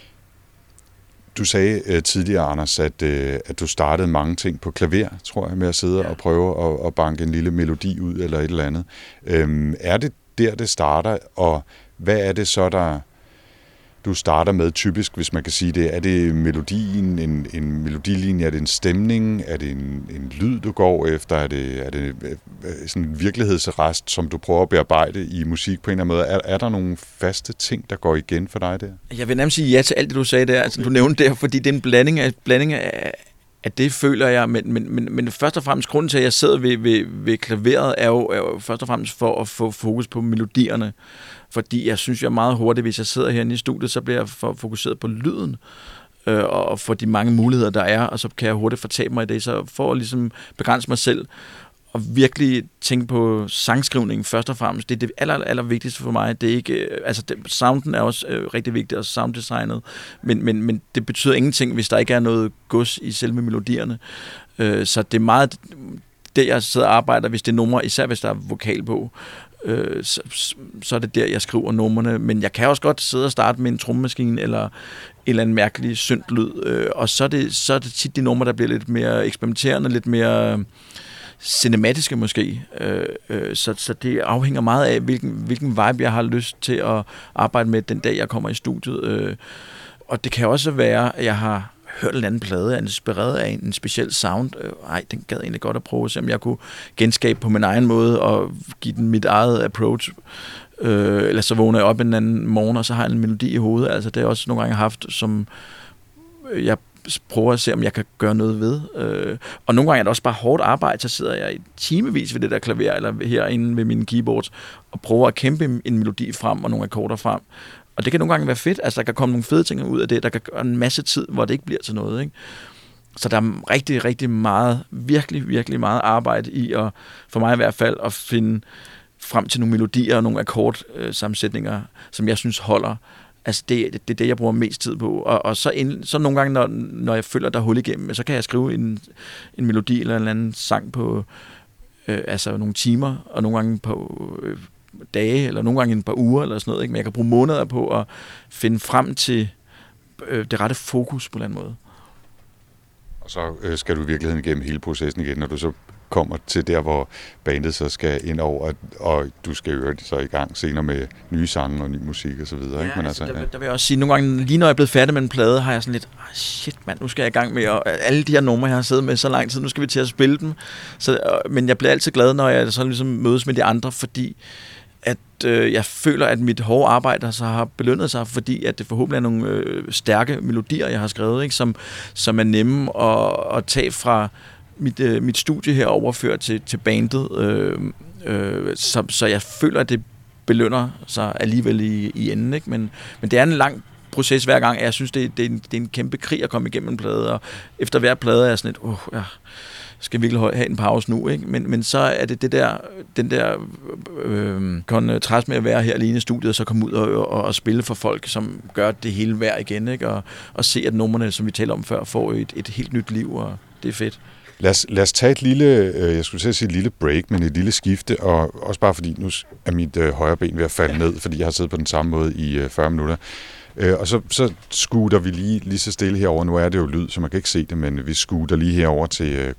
Du sagde øh, tidligere, Anders, at, øh, at du startede mange ting på klaver, tror jeg, med at sidde ja. og prøve at, at banke en lille melodi ud eller et eller andet. Øhm, er det der, det starter, og hvad er det så, der du starter med typisk, hvis man kan sige det? Er det melodien, en, en melodilinje, er det en stemning, er det en, en lyd, du går efter, er det, er det sådan en virkelighedsrest, som du prøver at bearbejde i musik på en eller anden måde? Er, er der nogle faste ting, der går igen for dig der? Jeg vil nærmest sige ja til alt det, du sagde der, altså, du nævnte der, fordi det er en blanding af, blanding af at det føler jeg, men, men, men, men først og fremmest grunden til, at jeg sidder ved, ved, ved klaveret, er jo, er jo først og fremmest for at få fokus på melodierne. Fordi jeg synes, jeg er meget hurtigt, hvis jeg sidder herinde i studiet, så bliver jeg for fokuseret på lyden, øh, og for de mange muligheder, der er, og så kan jeg hurtigt fortabe mig i det, så for at ligesom begrænse mig selv, og virkelig tænke på sangskrivningen først og fremmest. Det er det aller, aller vigtigste for mig. Det er ikke, altså det, sounden er også øh, rigtig vigtig, og sounddesignet, men, men, men det betyder ingenting, hvis der ikke er noget gods i selve melodierne. Øh, så det er meget det, jeg sidder og arbejder, hvis det er numre, især hvis der er vokal på, øh, så, så er det der, jeg skriver numrene. Men jeg kan også godt sidde og starte med en trommemaskine, eller en eller anden mærkelig syntlyd, øh, og så er, det, så er det tit de numre, der bliver lidt mere eksperimenterende, lidt mere cinematiske måske, øh, øh, så, så det afhænger meget af, hvilken, hvilken vibe jeg har lyst til at arbejde med den dag, jeg kommer i studiet. Øh, og det kan også være, at jeg har hørt en anden plade, er inspireret af en speciel sound. Øh, ej, den gad egentlig godt at prøve, så om jeg kunne genskabe på min egen måde og give den mit eget approach. Øh, eller så vågner jeg op en anden morgen, og så har jeg en melodi i hovedet. Altså, det har jeg også nogle gange haft, som jeg prøver at se, om jeg kan gøre noget ved. Øh, og nogle gange er det også bare hårdt arbejde, så sidder jeg i timevis ved det der klaver, eller herinde ved mine keyboards, og prøver at kæmpe en melodi frem, og nogle akkorder frem. Og det kan nogle gange være fedt, altså der kan komme nogle fede ting ud af det, der kan gøre en masse tid, hvor det ikke bliver til noget, ikke? Så der er rigtig, rigtig meget, virkelig, virkelig meget arbejde i, og for mig i hvert fald, at finde frem til nogle melodier og nogle akkordsammensætninger, som jeg synes holder. Altså, det, det, det er det, jeg bruger mest tid på. Og, og så, ind, så nogle gange, når, når jeg føler, der er hul igennem, så kan jeg skrive en, en melodi eller en eller anden sang på øh, altså nogle timer, og nogle gange på øh, dage, eller nogle gange en par uger, eller sådan noget. Ikke? Men jeg kan bruge måneder på at finde frem til øh, det rette fokus på en eller anden måde. Og så øh, skal du i virkeligheden igennem hele processen igen, når du så kommer til der, hvor bandet så skal ind over, og du skal jo så i gang senere med nye sange og ny musik og så videre. Ja, ikke? Men altså, altså, der, ja. der vil jeg også sige, nogle gange, lige når jeg er blevet færdig med en plade, har jeg sådan lidt, oh, shit mand, nu skal jeg i gang med, og alle de her numre, jeg har siddet med så lang tid, nu skal vi til at spille dem. Så, men jeg bliver altid glad, når jeg så ligesom mødes med de andre, fordi at øh, jeg føler, at mit hårde arbejde så har belønnet sig, fordi at det forhåbentlig er nogle øh, stærke melodier, jeg har skrevet, ikke? Som, som er nemme at, at tage fra mit, øh, mit studie her overført til, til bandet. Øh, øh, så, så jeg føler, at det belønner sig alligevel i, i enden. Ikke? Men, men det er en lang proces hver gang. Jeg synes, det, det, er en, det er en kæmpe krig at komme igennem en plade, og efter hver plade er jeg sådan lidt, åh, oh, ja, skal virkelig have en pause nu, ikke? Men, men så er det, det der, den der øh, kontrast med at være her alene i studiet, og så komme ud og, og, og spille for folk, som gør det hele værd igen, ikke? Og, og se, at numrene, som vi talte om før, får et, et helt nyt liv, og det er fedt. Lad os, lad os tage et lille, øh, jeg skulle til at sige et lille break, men et lille skifte, og også bare fordi nu er mit øh, højre ben ved at falde ned, fordi jeg har siddet på den samme måde i øh, fyrre minutter. Øh, og så, så scooter vi lige, lige så stille herover. Nu er det jo lyd, så man kan ikke se det, men vi scooter lige herover til øh,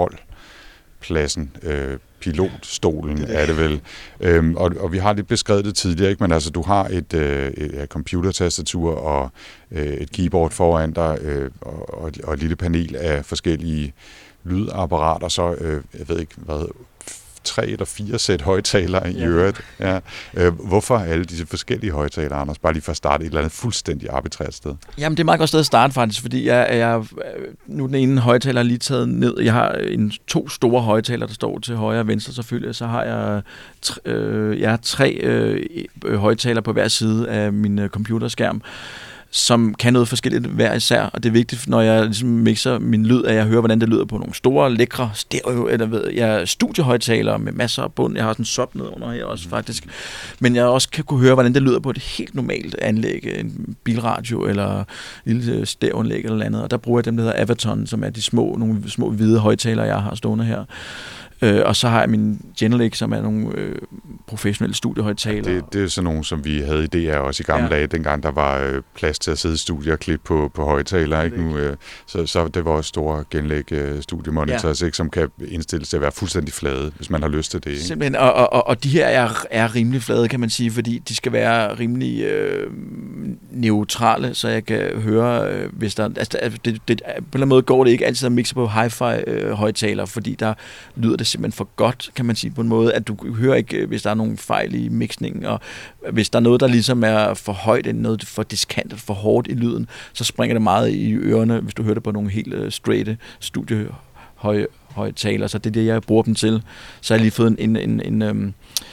kontrolpladsen. Øh, pilotstolen det det. Er det vel. Øhm, og, og vi har lidt beskrevet det tidligere, ikke? Men altså, du har et, øh, et computertastatur og øh, et keyboard foran dig, øh, og, og, og et lille panel af forskellige lydapparater, så, øh, jeg ved ikke, hvad, tre eller fire sæt højtalere i øret. Ja. Øh, hvorfor alle disse forskellige højtalere, Anders? Bare lige for at starte et eller andet fuldstændig arbitrært sted. Jamen, det er meget godt sted at starte faktisk, fordi jeg, jeg nu den ene højtaler lige taget ned. Jeg har en, to store højtalere, der står til højre og venstre selvfølgelig, så har jeg, tre, øh, jeg har tre øh, højtalere på hver side af min øh, computerskærm, som kan noget forskelligt hver især, og det er vigtigt, når jeg ligesom mixer min lyd, at jeg hører, hvordan det lyder på nogle store, lækre stereo, eller ved jeg, studiehøjtalere med masser af bund. Jeg har sådan en sub ned under her også faktisk. Men jeg også kan kunne høre, hvordan det lyder på et helt normalt anlæg, en bilradio eller et lille stereoanlæg eller andet, og der bruger jeg dem, der hedder Avaton, som er de små, nogle små hvide højtalere, jeg har stående her. Øh, og så har jeg min Genelec, som er nogle øh, professionelle studiehøjtalere. Det, det er sådan nogle, som vi havde i D R også i gamle ja. dage, dengang der var øh, plads til at sidde i studier og klippe på, på højtalere. Ikke? Nu, øh, så, så det var også store Genelec øh, studiemonitors, ja. ikke? Som kan indstilles til at være fuldstændig flade, hvis man har lyst til det. Ikke? Simpelthen, og, og, og de her er, er rimelig flade, kan man sige, fordi de skal være rimelig øh, neutrale, så jeg kan høre, øh, hvis der... Altså, det, det, på en eller anden måde går det ikke altid at mixe på hi-fi øh, højtalere, fordi der lyder det simpelthen for godt, kan man sige på en måde, at du hører ikke, hvis der er nogle fejl i mixningen, og hvis der er noget, der ligesom er for højt, eller noget for diskant, for hårdt i lyden, så springer det meget i ørerne, hvis du hører det på nogle helt uh, straight studiehøje højtaler, så det er det, jeg bruger dem til. Så har jeg lige fået en, en, en, en,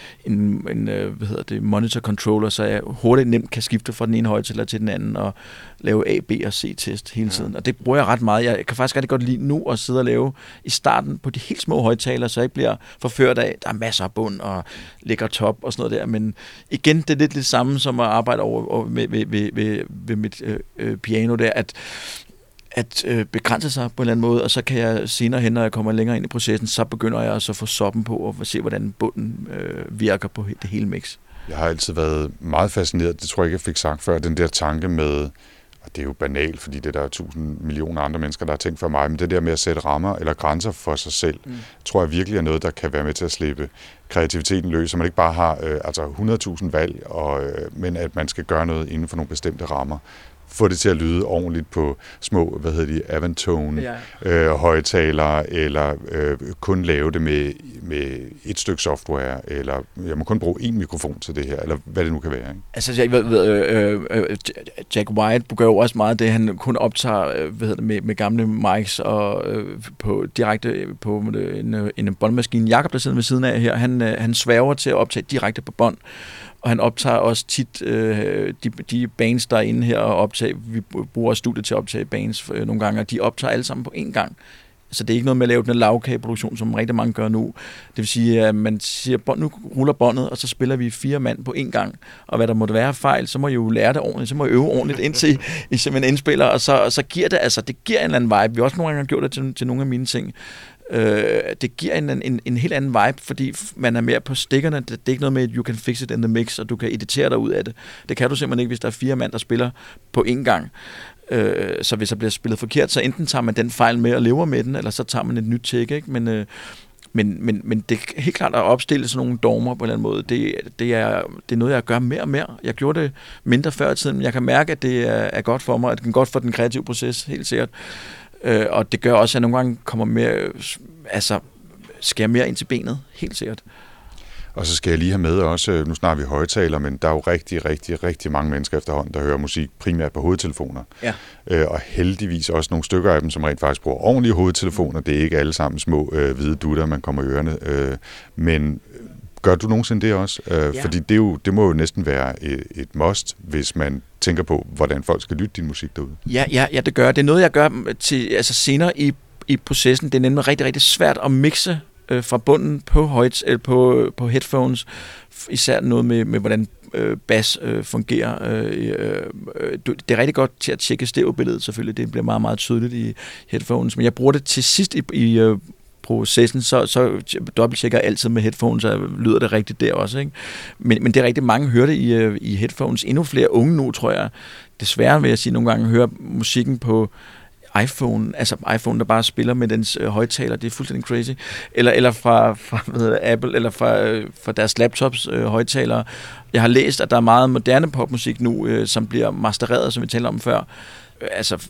en, en hvad hedder det, monitor controller, så jeg hurtigt nemt kan skifte fra den ene højtaler til den anden, og lave A, B og C-test hele tiden. Ja. Og det bruger jeg ret meget. Jeg kan faktisk rigtig godt lide nu at sidde og lave i starten på de helt små højtaler, så jeg ikke bliver forført af, der er masser af bund og lækker top og sådan noget der. Men igen, det er lidt det samme som at arbejde over, over med, ved, ved, ved, ved mit øh, piano der, at at øh, begrænse sig på en eller anden måde, og så kan jeg senere hen, når jeg kommer længere ind i processen, så begynder jeg så at få soppen på, og se, hvordan bunden øh, virker på det hele mix. Jeg har altid været meget fascineret, det tror jeg ikke, jeg fik sagt før, den der tanke med, og det er jo banalt, fordi det der er tusind millioner andre mennesker, der har tænkt for mig, men det der med at sætte rammer eller grænser for sig selv, mm. tror jeg virkelig er noget, der kan være med til at slippe kreativiteten løs, så man ikke bare har øh, altså hundrede tusind valg, og, øh, men at man skal gøre noget inden for nogle bestemte rammer. Få det til at lyde ordentligt på små, hvad hedder de, Avantone ja. øh, højtalere, eller øh, kun lave det med, med et stykke software, eller jeg må kun bruge én mikrofon til det her, eller hvad det nu kan være. Ikke? Altså, jeg ved, øh, øh, Jack White gør jo også meget det, han kun optager hvad hedder det, med, med gamle mics og øh, på, direkte på en, en båndmaskine. Jakob, der sidder ved siden af her, han, han sværger til at optage direkte på bånd. Og han optager også tit øh, de, de bands, der er inde her og optage. Vi bruger studiet til at optage bands øh, nogle gange, og de optager alle sammen på én gang Så det er ikke noget med at lave den lavkageproduktion, som rigtig mange gør nu. Det vil sige, at man siger, nu ruller båndet, og så spiller vi fire mand på én gang. Og hvad der måtte være fejl, så må I jo lære det ordentligt, så må I øve ordentligt indtil I simpelthen indspiller, og så, og så giver det, altså det giver en eller anden vibe. Vi har også nogle gange gjort det til, til nogle af mine ting. Øh, det giver en, en, en helt anden vibe, fordi man er mere på stikkerne. Det, det er ikke noget med, at you can fix it in the mix, og du kan editere dig ud af det. Det kan du simpelthen ikke, hvis der er fire mand, der spiller på én gang. Øh, så hvis der bliver spillet forkert, så enten tager man den fejl med og lever med den, eller så tager man et nyt take, ikke? Men, øh, men, men, men det er helt klart at opstille sådan nogle dogmer på en eller anden måde. Det, det, er, det er noget, jeg gør mere og mere. Jeg gjorde det mindre før i tiden, men jeg kan mærke, at det er, er godt for mig, at det er godt for den kreative proces, helt sikkert. Øh, og det gør også, at jeg nogle gange kommer mere, altså skærer mere ind til benet, helt sikkert. Og så skal jeg lige have med også, nu snakker vi højtaler, men der er jo rigtig, rigtig, rigtig mange mennesker efterhånden, der hører musik primært på hovedtelefoner. Ja. Øh, og heldigvis også nogle stykker af dem, som rent faktisk bruger ordentlige hovedtelefoner. Det er ikke alle sammen små øh, hvide dutter, man kommer i ørerne. Øh, men gør du nogensinde det også? Øh, ja. Fordi det, er jo, det må jo næsten være et, et must, hvis man tænker på, hvordan folk skal lytte din musik derude. Ja, ja, ja, det gør det. er noget, jeg gør til, altså senere i, i processen. Det er nemlig rigtig, rigtig svært at mixe øh, fra bunden på, højt, øh, på, på headphones. Især noget med, med hvordan øh, bass øh, fungerer. Øh, øh, det er rigtig godt til at tjekke stereobilledet selvfølgelig. Det bliver meget, meget tydeligt i headphones. Men jeg bruger det til sidst i, i øh, processen, så, så dobbelttjekker jeg altid med headphones, så lyder det rigtigt der også. Ikke? Men, men det er rigtig mange, hører det i, i headphones. Endnu flere unge nu, tror jeg. Desværre vil jeg sige, nogle gange hører musikken på iPhone, altså iPhone, der bare spiller med dens øh, højtaler, det er fuldstændig crazy. Eller, eller fra, fra hvad hedder, Apple, eller fra, øh, fra deres laptops øh, højtalere. Jeg har læst, at der er meget moderne popmusik nu, øh, som bliver mastereret, som vi talte om før. Øh, altså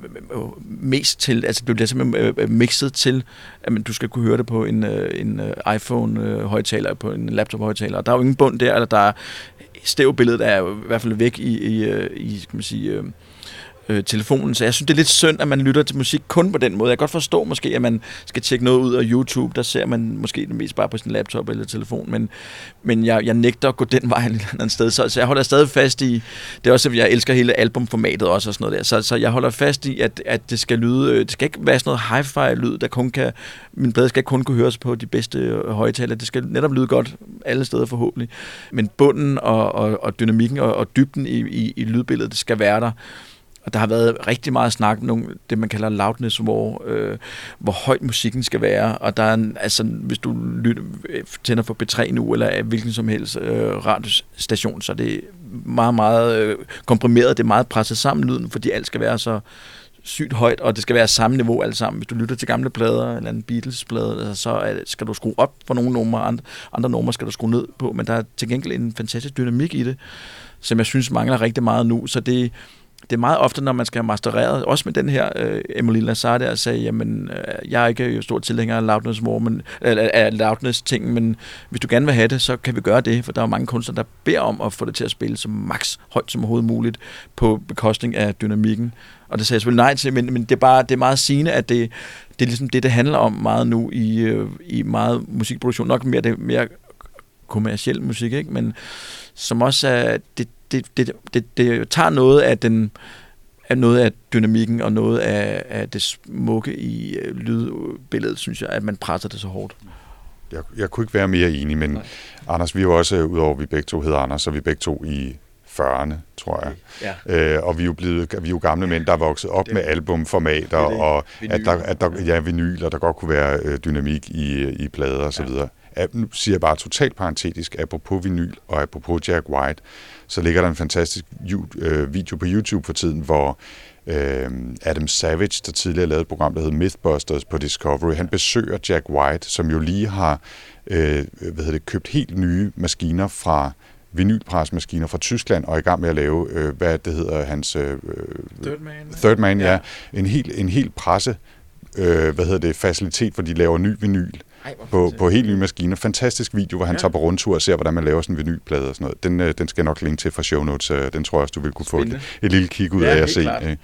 mest til, altså det bliver simpelthen øh, mixet til, at man, du skal kunne høre det på en, øh, en øh, iPhone-højtaler, på en laptop-højtaler. Der er jo ingen bund der, eller der er stereobilledet er jo i hvert fald væk i, i, i skal man sige, øh, øh, telefonen. Så jeg synes, det er lidt synd, at man lytter til musik kun på den måde. Jeg kan godt forstå måske, at man skal tjekke noget ud af YouTube. Der ser man måske det mest bare på sin laptop eller telefon. Men, men jeg, jeg nægter at gå den vej et eller andet sted. Så, så jeg holder stadig fast i, det er også, at jeg elsker hele albumformatet også og sådan noget der. Så, så jeg holder fast i, at, at det skal lyde, det skal ikke være sådan noget hi-fi-lyd, der kun kan, min plade skal kun kunne høres på de bedste højtaler. Det skal netop lyde godt alle steder forhåbentlig. Men bunden og, og, og dynamikken og, og dybden i, i, i lydbilledet, det skal være der. Og der har været rigtig meget snak om det, man kalder loudness war, øh, hvor højt musikken skal være. Og der er en, altså, hvis du lytter, tænder for B tre nu, eller hvilken som helst øh, radiostation, så er det meget, meget øh, komprimeret. Det er meget presset sammen lyden, fordi alt skal være så sygt højt, og det skal være samme niveau alt sammen. Hvis du lytter til gamle plader, eller en Beatles-plade, så er, skal du skrue op for nogle numre, andre, andre numre skal du skrue ned på, men der er til gengæld en fantastisk dynamik i det, som jeg synes mangler rigtig meget nu, så det Det er meget ofte, når man skal have mastereret, også med den her uh, Emily Lazar der, sagde, jamen, uh, jeg er ikke stor tilhænger af loudness war, men, uh, af loudness-ting, men hvis du gerne vil have det, så kan vi gøre det, for der er mange kunstnere, der beder om at få det til at spille så max højt som overhovedet muligt, på bekostning af dynamikken. Og det sagde jeg selvfølgelig nej til, men, men det, er bare, det er meget sigende, at det, det er ligesom det, det handler om meget nu i, uh, i meget musikproduktion. Nok mere, det mere kommerciel musik, ikke? Men som også er, det, det, det, det, det tager noget af den, af noget af dynamikken og noget af, af det smukke i uh, lydbilledet, synes jeg, at man presser det så hårdt. Jeg, jeg kunne ikke være mere enig, men Nej. Anders, vi er jo også, udover at vi begge to hedder Anders, så vi er begge to i fyrrerne, tror jeg. Ja. Øh, og vi er jo blevet, vi er jo gamle mænd, der er vokset op det, med albumformater, og at der, at der, ja, vinyl, og der godt kunne være øh, dynamik i, i plader og så ja. videre. Nu siger jeg bare totalt parentetisk, apropos vinyl og apropos Jack White, så ligger der en fantastisk video på YouTube for tiden, hvor øh, Adam Savage, der tidligere lavede et program, der hed Mythbusters på Discovery, han besøger Jack White, som jo lige har øh, hvad hedder det, købt helt nye maskiner fra vinylpresmaskiner fra Tyskland, og er i gang med at lave, øh, hvad det hedder, hans... Øh, Third Man. Third Man, ja. ja. En helt en hel presse, øh, hvad hedder det, facilitet, hvor de laver ny vinyl. Ej, på, på helt nye maskiner. Fantastisk video, hvor han ja. tager på rundtur og ser, hvordan man laver sådan en vinylplade og sådan noget. Den, øh, den skal jeg nok linke til fra show notes. Øh, den tror jeg også, du vil kunne Spindende. få et, et lille kig ud ja, af at se. Øh.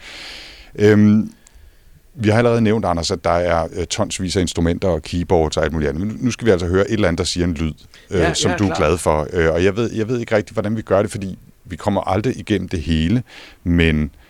Øhm, vi har allerede nævnt, Anders, at der er øh, tonsvis af instrumenter og keyboards og alt muligt andet. Men nu skal vi altså høre et eller andet, der siger en lyd, øh, ja, som ja, du er klar. glad for. Øh, og jeg ved, jeg ved ikke rigtig, hvordan vi gør det, fordi vi kommer aldrig igennem det hele, men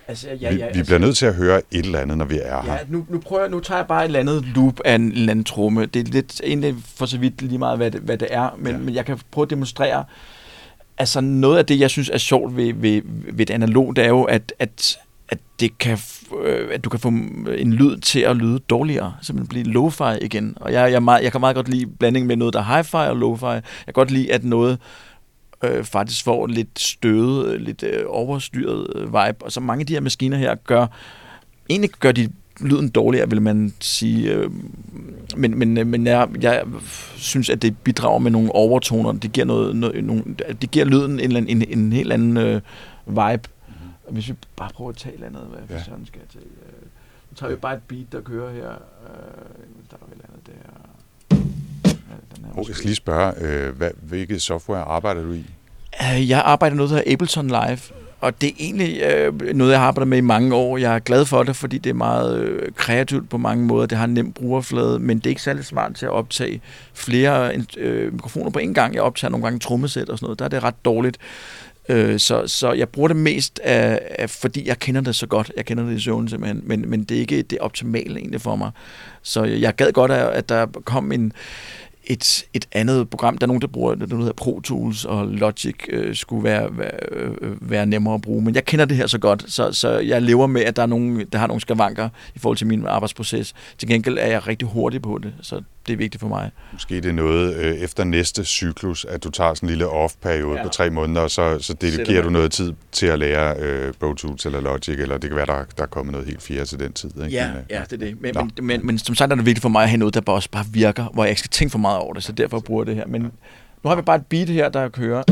Altså, ja, ja, vi, vi altså, bliver nødt til at høre et eller andet, når vi er her. Ja, nu, nu, prøver, nu tager jeg bare et eller andet loop af en, en eller anden tromme. Det er lidt egentlig for så vidt lige meget, hvad det, hvad det er, men, ja. men jeg kan prøve at demonstrere. Altså noget af det, jeg synes er sjovt ved, ved, ved det analog, det er jo, at, at, at, det kan, øh, at du kan få en lyd til at lyde dårligere, simpelthen blive lo-fi igen. Og jeg, jeg, meget, jeg kan meget godt lide blanding med noget, der er hi-fi og lo-fi. Jeg kan godt lide, at noget øh, faktisk får lidt stødet, lidt øh, overstyret øh, vibe. Og så mange af de her maskiner her gør, egentlig gør de lyden dårligere, vil man sige. Øh, men men, men jeg, jeg synes, at det bidrager med nogle overtoner. Det giver, noget, noget, nogle, det giver lyden en, en, en, en helt anden øh, vibe. Mm-hmm. Hvis vi bare prøver at tage et eller andet, hvad ja. sådan skal jeg tage. Øh, nu tager vi bare et beat, der kører her. Øh, der er et eller andet der. Ja, oh, jeg skal lige spørge, øh, hvad, hvilket software arbejder du i? Jeg arbejder noget, der hedder Ableton Live. Og det er egentlig øh, noget, jeg har arbejdet med i mange år. Jeg er glad for det, fordi det er meget øh, kreativt på mange måder. Det har en nem brugerflade, men det er ikke særlig smart til at optage flere øh, mikrofoner på en gang. Jeg optager nogle gange trommesæt og sådan noget. Der er det ret dårligt. Øh, så, så jeg bruger det mest, af, af, fordi jeg kender det så godt. Jeg kender det i søvn simpelthen, men, men det er ikke det optimale egentlig for mig. Så jeg gad godt, at der kom en... Et, et andet program. Der er nogen, der bruger det, der hedder Pro Tools, og Logic øh, skulle være, være, øh, være nemmere at bruge. Men jeg kender det her så godt, så, så jeg lever med, at der er nogen, der har nogle skavanker i forhold til min arbejdsproces. Til gengæld er jeg rigtig hurtig på det, så det er vigtigt for mig. Måske det er noget øh, efter næste cyklus, at du tager sådan en lille off-periode ja. på tre måneder, og så, så dedikerer du noget tid til at lære øh, Pro Tools eller Logic, eller det kan være, der, der er kommet noget helt fjerde til den tid. Ikke? Ja, men, øh, ja, det er det. Men, men, men, men som sagt er det vigtigt for mig at have noget, der bare også bare virker, hvor jeg ikke skal tænke for meget over det, så derfor bruger jeg det her. Men nu har vi bare et beat her, der kører.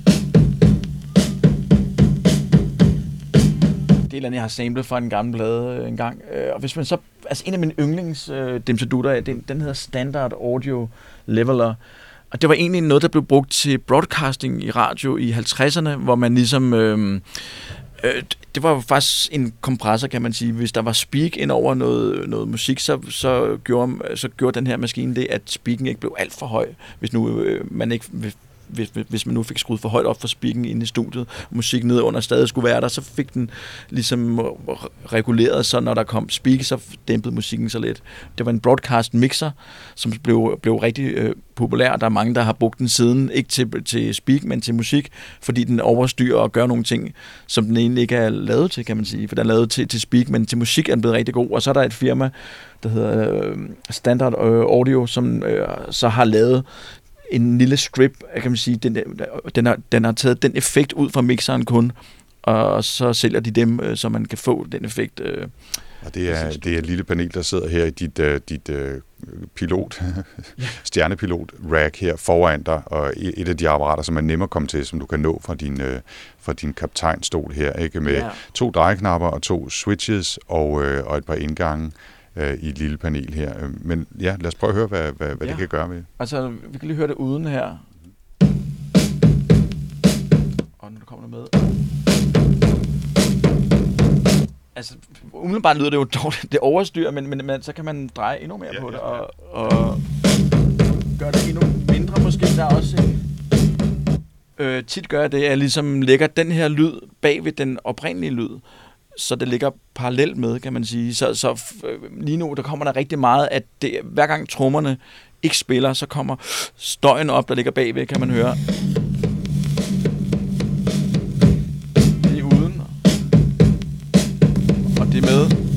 Det er et eller andet, jeg har samlet fra en gammel plade en gang. Og hvis man så... Altså en af mine yndlings øh, dimsedutter, den, den hedder Standard Audio Leveler. Og det var egentlig noget, der blev brugt til broadcasting i radio i halvtredserne, hvor man ligesom... Øh, øh, det var jo faktisk en kompressor, kan man sige. Hvis der var speak ind over noget, noget musik, så, så, gjorde, så gjorde den her maskine det, at speaken ikke blev alt for høj. Hvis nu øh, man ikke... Hvis, hvis man nu fik skruet for højt op for speaken inde i studiet, og musik nede under stadig skulle være der, så fik den ligesom reguleret, så når der kom speak, så dæmpede musikken så lidt. Det var en broadcast mixer, som blev, blev rigtig øh, populær. Der er mange, der har brugt den siden, ikke til, til speak, men til musik, fordi den overstyrer og gør nogle ting, som den egentlig ikke er lavet til, kan man sige. For den er lavet til, til speak, men til musik er den blevet rigtig god. Og så er der et firma, der hedder øh, Standard Audio, som øh, så har lavet en lille strip, kan man sige, den, den, har, den har taget den effekt ud fra mixeren kun, og så sælger de dem, så man kan få den effekt. Øh. Og det er, det er et lille panel, der sidder her i dit, uh, dit uh, pilot, stjernepilot rack her foran dig, og et af de apparater, som er nemmere at komme til, som du kan nå fra din, uh, fra din kaptajnstol her, ikke? Med ja. to drejeknapper og to switches og, uh, og et par indgange i et lille panel her. Men ja, lad os prøve at høre, hvad, hvad, hvad ja. det kan gøre med. Altså, vi kan lige høre det uden her. Og nu kommer det med. Altså, umiddelbart lyder det jo dårligt. Det overstyrer, men, men, men så kan man dreje endnu mere ja, på det, ja, ja. Og, og gøre det endnu mindre måske. Der er også øh, tit gør jeg det, at jeg ligesom lægger den her lyd bag ved den oprindelige lyd, så det ligger parallelt med, kan man sige. Så, så lige nu, der kommer der rigtig meget, at det, hver gang trommerne ikke spiller, så kommer støjen op, der ligger bagved, kan man høre. Det er uden. Og det er med.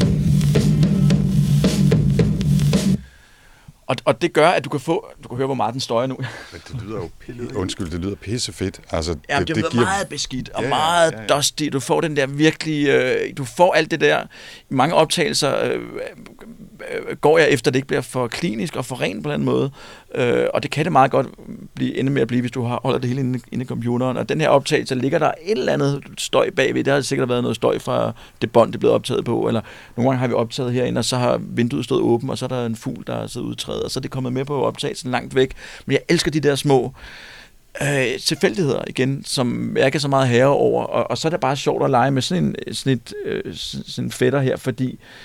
Og, og det gør, at du kan få... Du kan høre, hvor meget den støjer nu. Men det lyder jo... Undskyld, det lyder pissefedt. Altså, ja, det, det, det giver meget beskidt og ja, meget ja, ja. dusty. Du får den der virkelig... Øh, du får alt det der... I mange optagelser øh, øh, går jeg efter, at det ikke bliver for klinisk og for rent på den måde. Øh, og det kan det meget godt blive, ende med at blive, hvis du har, holder det hele inde, inde i computeren. Og den her optagelse, ligger der et eller andet støj bagved. Der har sikkert været noget støj fra det bånd, det er blevet optaget på. Eller nogle gange har vi optaget herinde, og så har vinduet stået åbent, og så er der en fugl, der er siddet udtrædet, og så er det kommet med på optagelsen langt væk. Men jeg elsker de der små øh, tilfældigheder igen, som jeg ikke er så meget herre over. Og, og så er det bare sjovt at lege med sådan en, sådan et, øh, sådan en fætter her, fordi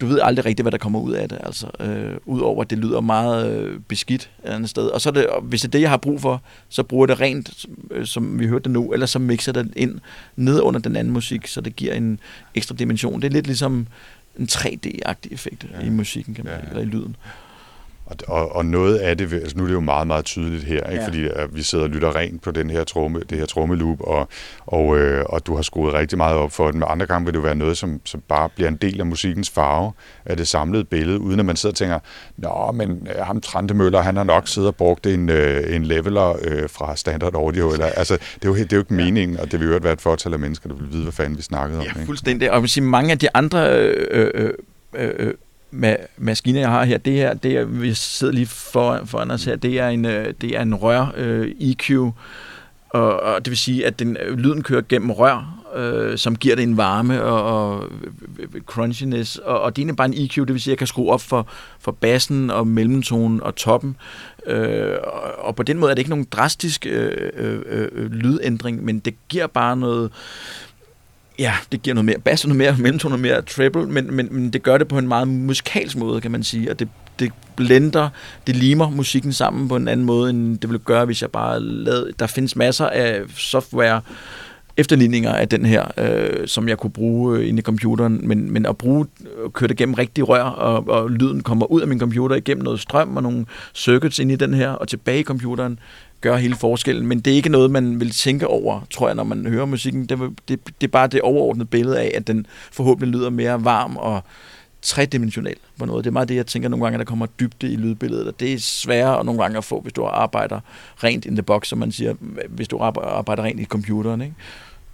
du ved aldrig rigtigt, hvad der kommer ud af det, altså. Øh, Udover at det lyder meget øh, beskidt et andet sted. Og så er det, hvis det er det, jeg har brug for, så bruger jeg det rent, øh, som vi hørte det nu, eller så mixer det ind ned under den anden musik, så det giver en ekstra dimension. Det er lidt ligesom en tre D-agtig effekt ja. i musikken, kan man, ja, ja. eller i lyden. Og, og noget af det, altså nu er det jo meget, meget tydeligt her, ikke? Ja. Fordi at vi sidder og lytter rent på den her tromme, det her trommeloop, og, og, øh, og du har skruet rigtig meget op for den. Men andre gange vil det jo være noget, som, som bare bliver en del af musikkens farve, af det samlede billede, uden at man sidder og tænker, nå, men ham Trante Møller, han har nok siddet og brugt en, øh, en leveler øh, fra Standard Audio. Eller, altså, det er jo, det er jo ikke meningen, og det vil jo være et fortal af mennesker, der vil vide, hvad fanden vi snakkede om. Ja, fuldstændig. Og jeg vil sige, mange af de andre øh, øh, øh, med maskiner, jeg har her, det her, det er, vi sidder lige foran, foran os her, det er en, det er en rør øh, E Q, og, og det vil sige, at den, lyden kører gennem rør, øh, som giver det en varme og, og crunchiness, og, og det er bare en E Q, det vil sige, at jeg kan skrue op for, for bassen og mellemtonen og toppen, øh, og, og på den måde er det ikke nogen drastisk øh, øh, øh, lydændring, men det giver bare noget. Ja, det giver noget mere bass, noget mere mellemtone, noget mere treble, men, men, men det gør det på en meget musikalsk måde, kan man sige, og det, det blender, det limer musikken sammen på en anden måde, end det ville gøre, hvis jeg bare lavede. Der findes masser af software efterligninger af den her, øh, som jeg kunne bruge øh, inde i computeren, men, men at bruge, øh, køre det gennem rigtig rør, og, og lyden kommer ud af min computer igennem noget strøm og nogle circuits inde i den her, og tilbage i computeren, gør hele forskellen, men det er ikke noget, man vil tænke over, tror jeg, når man hører musikken. Det, det, det er bare det overordnede billede af, at den forhåbentlig lyder mere varm og tredimensional på noget. Det er meget det, jeg tænker nogle gange, at der kommer dybde i lydbilledet, og det er sværere og nogle gange at få, hvis du arbejder rent in the box, som man siger, hvis du arbejder rent i computeren, ikke?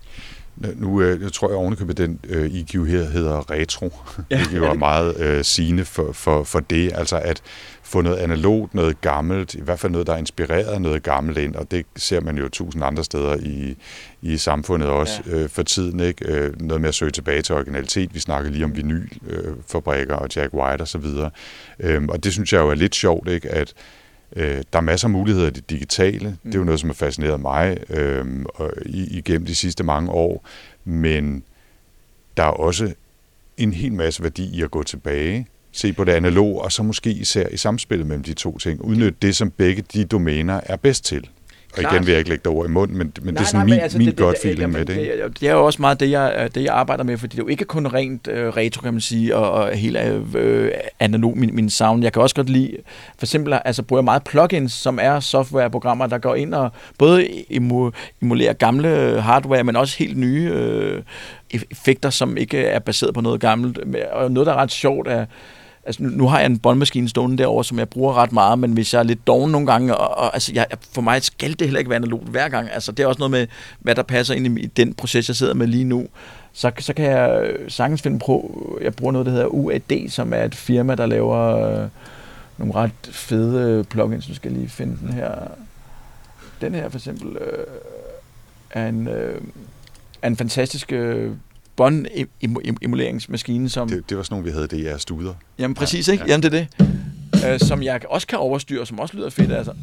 Nu jeg tror jeg ovenikøbet, den øh, E Q her hedder retro. Ja, det er jo meget øh, sigende for, for, for det, altså at få noget analogt, noget gammelt, i hvert fald noget, der er inspireret af noget gammelt ind, og det ser man jo tusind andre steder i, i samfundet også ja. øh, for tiden, ikke? Øh, noget med at søge tilbage til originalitet. Vi snakkede lige om vinylfabrikker øh, og Jack White og så videre. Øh, og det synes jeg jo er lidt sjovt, ikke? At Øh, der er masser af muligheder i det digitale. Mm. Det er jo noget, som har fascineret mig øh, og igennem de sidste mange år. Men der er også en hel masse værdi i at gå tilbage, se på det analog, og så måske især i samspillet mellem de to ting. Udnytte det, som begge de domæner er bedst til. Og igen vil jeg ikke lægge det ord i munden, men, men nej, det er sådan nej, min, altså, min det, godt det, feeling det, med det. Det, det er jo også meget det, jeg, det, jeg arbejder med, fordi det er jo ikke kun rent øh, retro, kan man sige, og, og helt øh, analog, min, min sound. Jeg kan også godt lide, for eksempel, altså bruger jeg meget plugins, som er softwareprogrammer, der går ind og både emulerer gamle hardware, men også helt nye øh, effekter, som ikke er baseret på noget gammelt. Og noget, der er ret sjovt, er altså, nu, nu har jeg en båndmaskine stående derovre, som jeg bruger ret meget, men hvis jeg er lidt doven nogle gange, og, og altså, jeg, for mig skal det heller ikke være analogt hver gang. Altså, det er også noget med, hvad der passer ind i, i den proces, jeg sidder med lige nu. Så, så kan jeg sagtens finde på, jeg bruger noget, der hedder U A D, som er et firma, der laver øh, nogle ret fede plugins. Nu skal jeg lige finde den her. Den her for eksempel øh, er, en, øh, er en fantastisk Øh, båndemuleringsmaskine, som det, det var sådan nogle, vi havde det i jeres studer. Jamen præcis, ikke? Ja. Jamen det er det. Øh, som jeg også kan overstyre, som også lyder fedt, altså.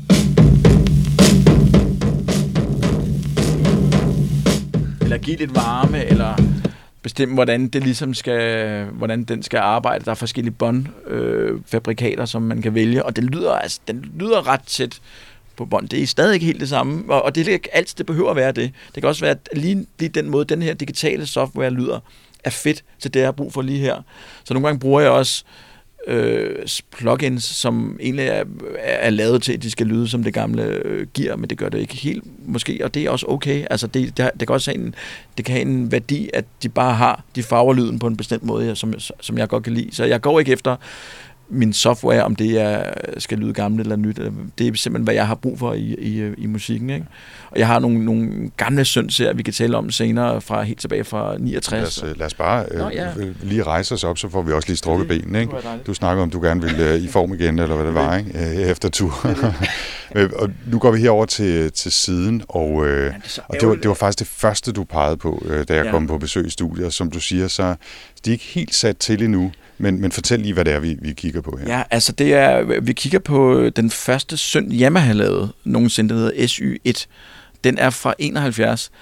Eller give lidt varme, eller bestemme, hvordan det ligesom skal, hvordan den skal arbejde. Der er forskellige båndfabrikater, øh, som man kan vælge, og det lyder, altså, den lyder ret tæt på bånd. Det er stadig ikke helt det samme, og det er ikke altid, det behøver at være det. Det kan også være, at lige, lige den måde, den her digitale software lyder, er fedt til det, jeg har brug for lige her. Så nogle gange bruger jeg også øh, plugins, som egentlig er, er lavet til, at de skal lyde, som det gamle øh, giver, men det gør det ikke helt, måske, og det er også okay. Altså, det, det, det kan også have en, det kan have en værdi, at de bare har, de farver lyden på en bestemt måde, som, som jeg godt kan lide. Så jeg går ikke efter min software, om det er, skal lyde gammelt eller nyt. Det er simpelthen, hvad jeg har brug for i, i, i musikken, ikke? Og jeg har nogle, nogle gamle synthserier, vi kan tale om senere, fra helt tilbage fra niogtres. Lad os, lad os bare Nå, ja. øh, lige rejse os op, så får vi også lige strukket benene, ikke? Du snakker om, du gerne vil øh, i form igen, eller hvad det var, ikke? Øh, efter tur. Og nu går vi herover til, til siden, og, øh, ja, det og det, var, det var faktisk det første, du pegede på, øh, da jeg ja. kom på besøg i studiet. Som du siger, så de er ikke helt sat til endnu. Men, men fortæl lige, hvad det er, vi, vi kigger på her. Ja, altså det er, vi kigger på den første synth Yamaha lavede nogensinde, der hedder S Y et. Den er fra enoghalvfjerds,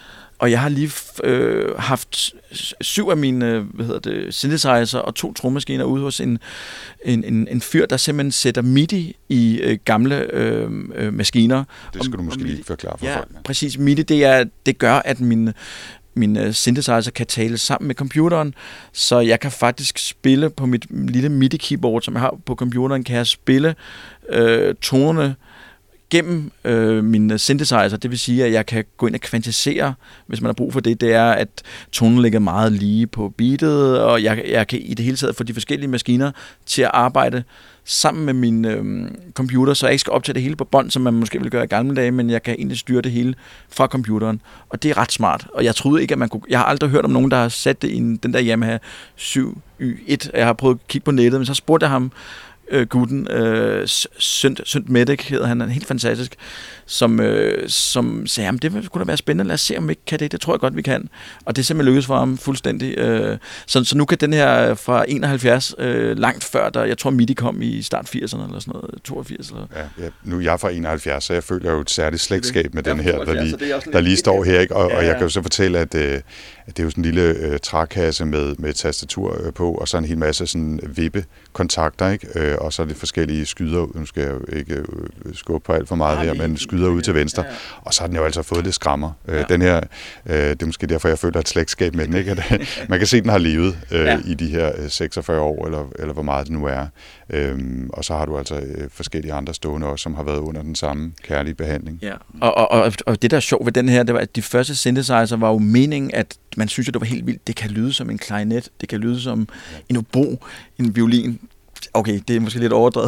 og jeg har lige øh, haft syv af mine hvad hedder det, synthesizer og to trommaskiner ude hos en, en, en, en fyr, der simpelthen sætter MIDI i øh, gamle øh, øh, maskiner. Det skal og, du måske lige forklare for ja, folk. Ja, præcis. MIDI, det, er, det gør, at min, min synthesizer kan tale sammen med computeren, så jeg kan faktisk spille på mit lille MIDI-keyboard, som jeg har på computeren, kan jeg spille øh, tonerne gennem øh, min synthesizer. Det vil sige, at jeg kan gå ind og kvantisere, hvis man har brug for det. Det er, at tonen ligger meget lige på beatet, og jeg, jeg kan i det hele taget få de forskellige maskiner til at arbejde sammen med min øh, computer, så jeg ikke skal optage det hele på bånd, som man måske ville gøre i gamle dage, men jeg kan egentlig styre det hele fra computeren. Og det er ret smart. Og jeg troede ikke, at man kunne... Jeg har aldrig hørt om nogen, der har sat det i den der Yamaha syv Y et. Jeg har prøvet at kigge på nettet, men så spurgte jeg ham, øh, gutten, øh, Sønt Medic hedder han, han er helt fantastisk, som, øh, som sagde, jamen det kunne da være spændende, lad os se, om vi kan det, det tror jeg godt, vi kan. Og det er simpelthen lykkedes for ham fuldstændig. Øh, så, så nu kan den her fra enoghalvfjerds, øh, langt før, der, jeg tror MIDI kom i start firserne eller sådan noget, toogfirs eller... Ja, ja, nu er jeg fra enoghalvfjerds, så jeg føler jo et særligt slægtskab med den her, der lige, der der lige står her, ikke? Og, ja, ja. og jeg kan jo så fortælle, at, øh, at det er jo sådan en lille øh, trækasse med, med et tastatur øh, på, og så en hel masse sådan vippekontakter, ikke? Øh, og så er det forskellige skyder, nu skal jeg jo ikke øh, skubbe på alt for meget her, men skyder ud til venstre, ja, ja. Og så har den jo altså fået lidt skrammer. Ja. Øh, den her, øh, det er måske derfor, jeg føler et slægtskab med den, ikke? At, man kan se, at den har levet øh, ja. i de her øh, seksogfyrre år, eller, eller hvor meget det nu er. Øhm, og så har du altså øh, forskellige andre stående også, som har været under den samme kærlige behandling. Ja, og, og, og, og det, der er sjovt ved den her, det var, at de første synthesizer var jo meningen, at man synes, at det var helt vildt. Det kan lyde som en klarinet, det kan lyde som ja. en obo, en violin. Okay, det er måske lidt overdrevet.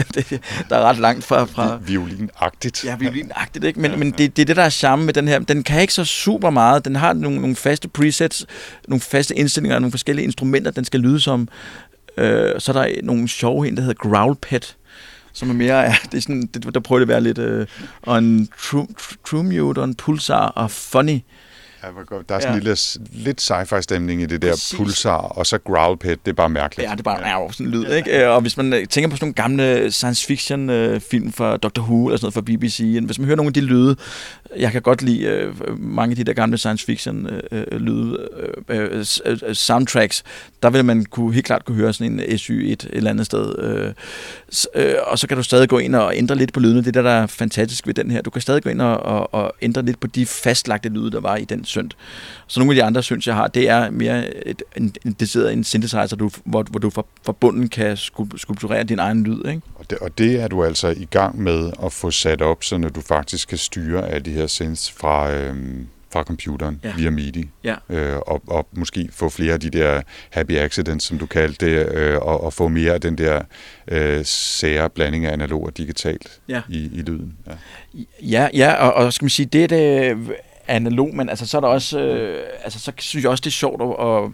Der er ret langt fra... fra Violinagtigt. Ja, violinagtigt, ikke? Men, ja, ja. men det, det er det, der er charme med den her. Den kan ikke så super meget. Den har nogle, nogle faste presets, nogle faste indstillinger, nogle forskellige instrumenter, den skal lyde som. Øh, så er der nogle sjove en, der hedder Growlpet, som er mere... Ja, det er sådan, det, der prøver det at være lidt... Øh, og en True, True Mute, og en Pulsar, og Funny. Ja, der er sådan en ja. lille, lidt sci-fi stemning i det der Præcis. Pulsar, og så Growlpet, det er bare mærkeligt. Ja, det er bare ja. sådan en lyd, ikke? Og hvis man tænker på sådan nogle gamle science fiction øh, film fra Doctor Who, eller sådan noget fra B B C, hvis man hører nogle af de lyde, jeg kan godt lide øh, mange af de der gamle science fiction øh, lyde, øh, øh, soundtracks, der vil man kunne, helt klart kunne høre sådan en S Y et et eller andet sted. Øh, øh, og så kan du stadig gå ind og ændre lidt på lydene. Det der, der er fantastisk ved den her. Du kan stadig gå ind og, og, og ændre lidt på de fastlagte lyde, der var i den synt. Så nogle af de andre synt, jeg har, det er mere et, en, en, det sidder en synthesizer, du, hvor, hvor du fra, fra bunden kan skulpturere din egen lyd. Ikke? Og, det, og det er du altså i gang med at få sat op, så når du faktisk kan styre af de her synths fra... Øhm fra computeren ja. via MIDI, ja. øh, og, og måske få flere af de der happy accidents, som du kaldte det, øh, og, og få mere af den der øh, sære blanding af analog og digitalt ja. i, i lyden. Ja, ja, ja og, og skal man sige, det er det analog, men altså, så er der også, øh, altså, så synes jeg også, det er sjovt at, at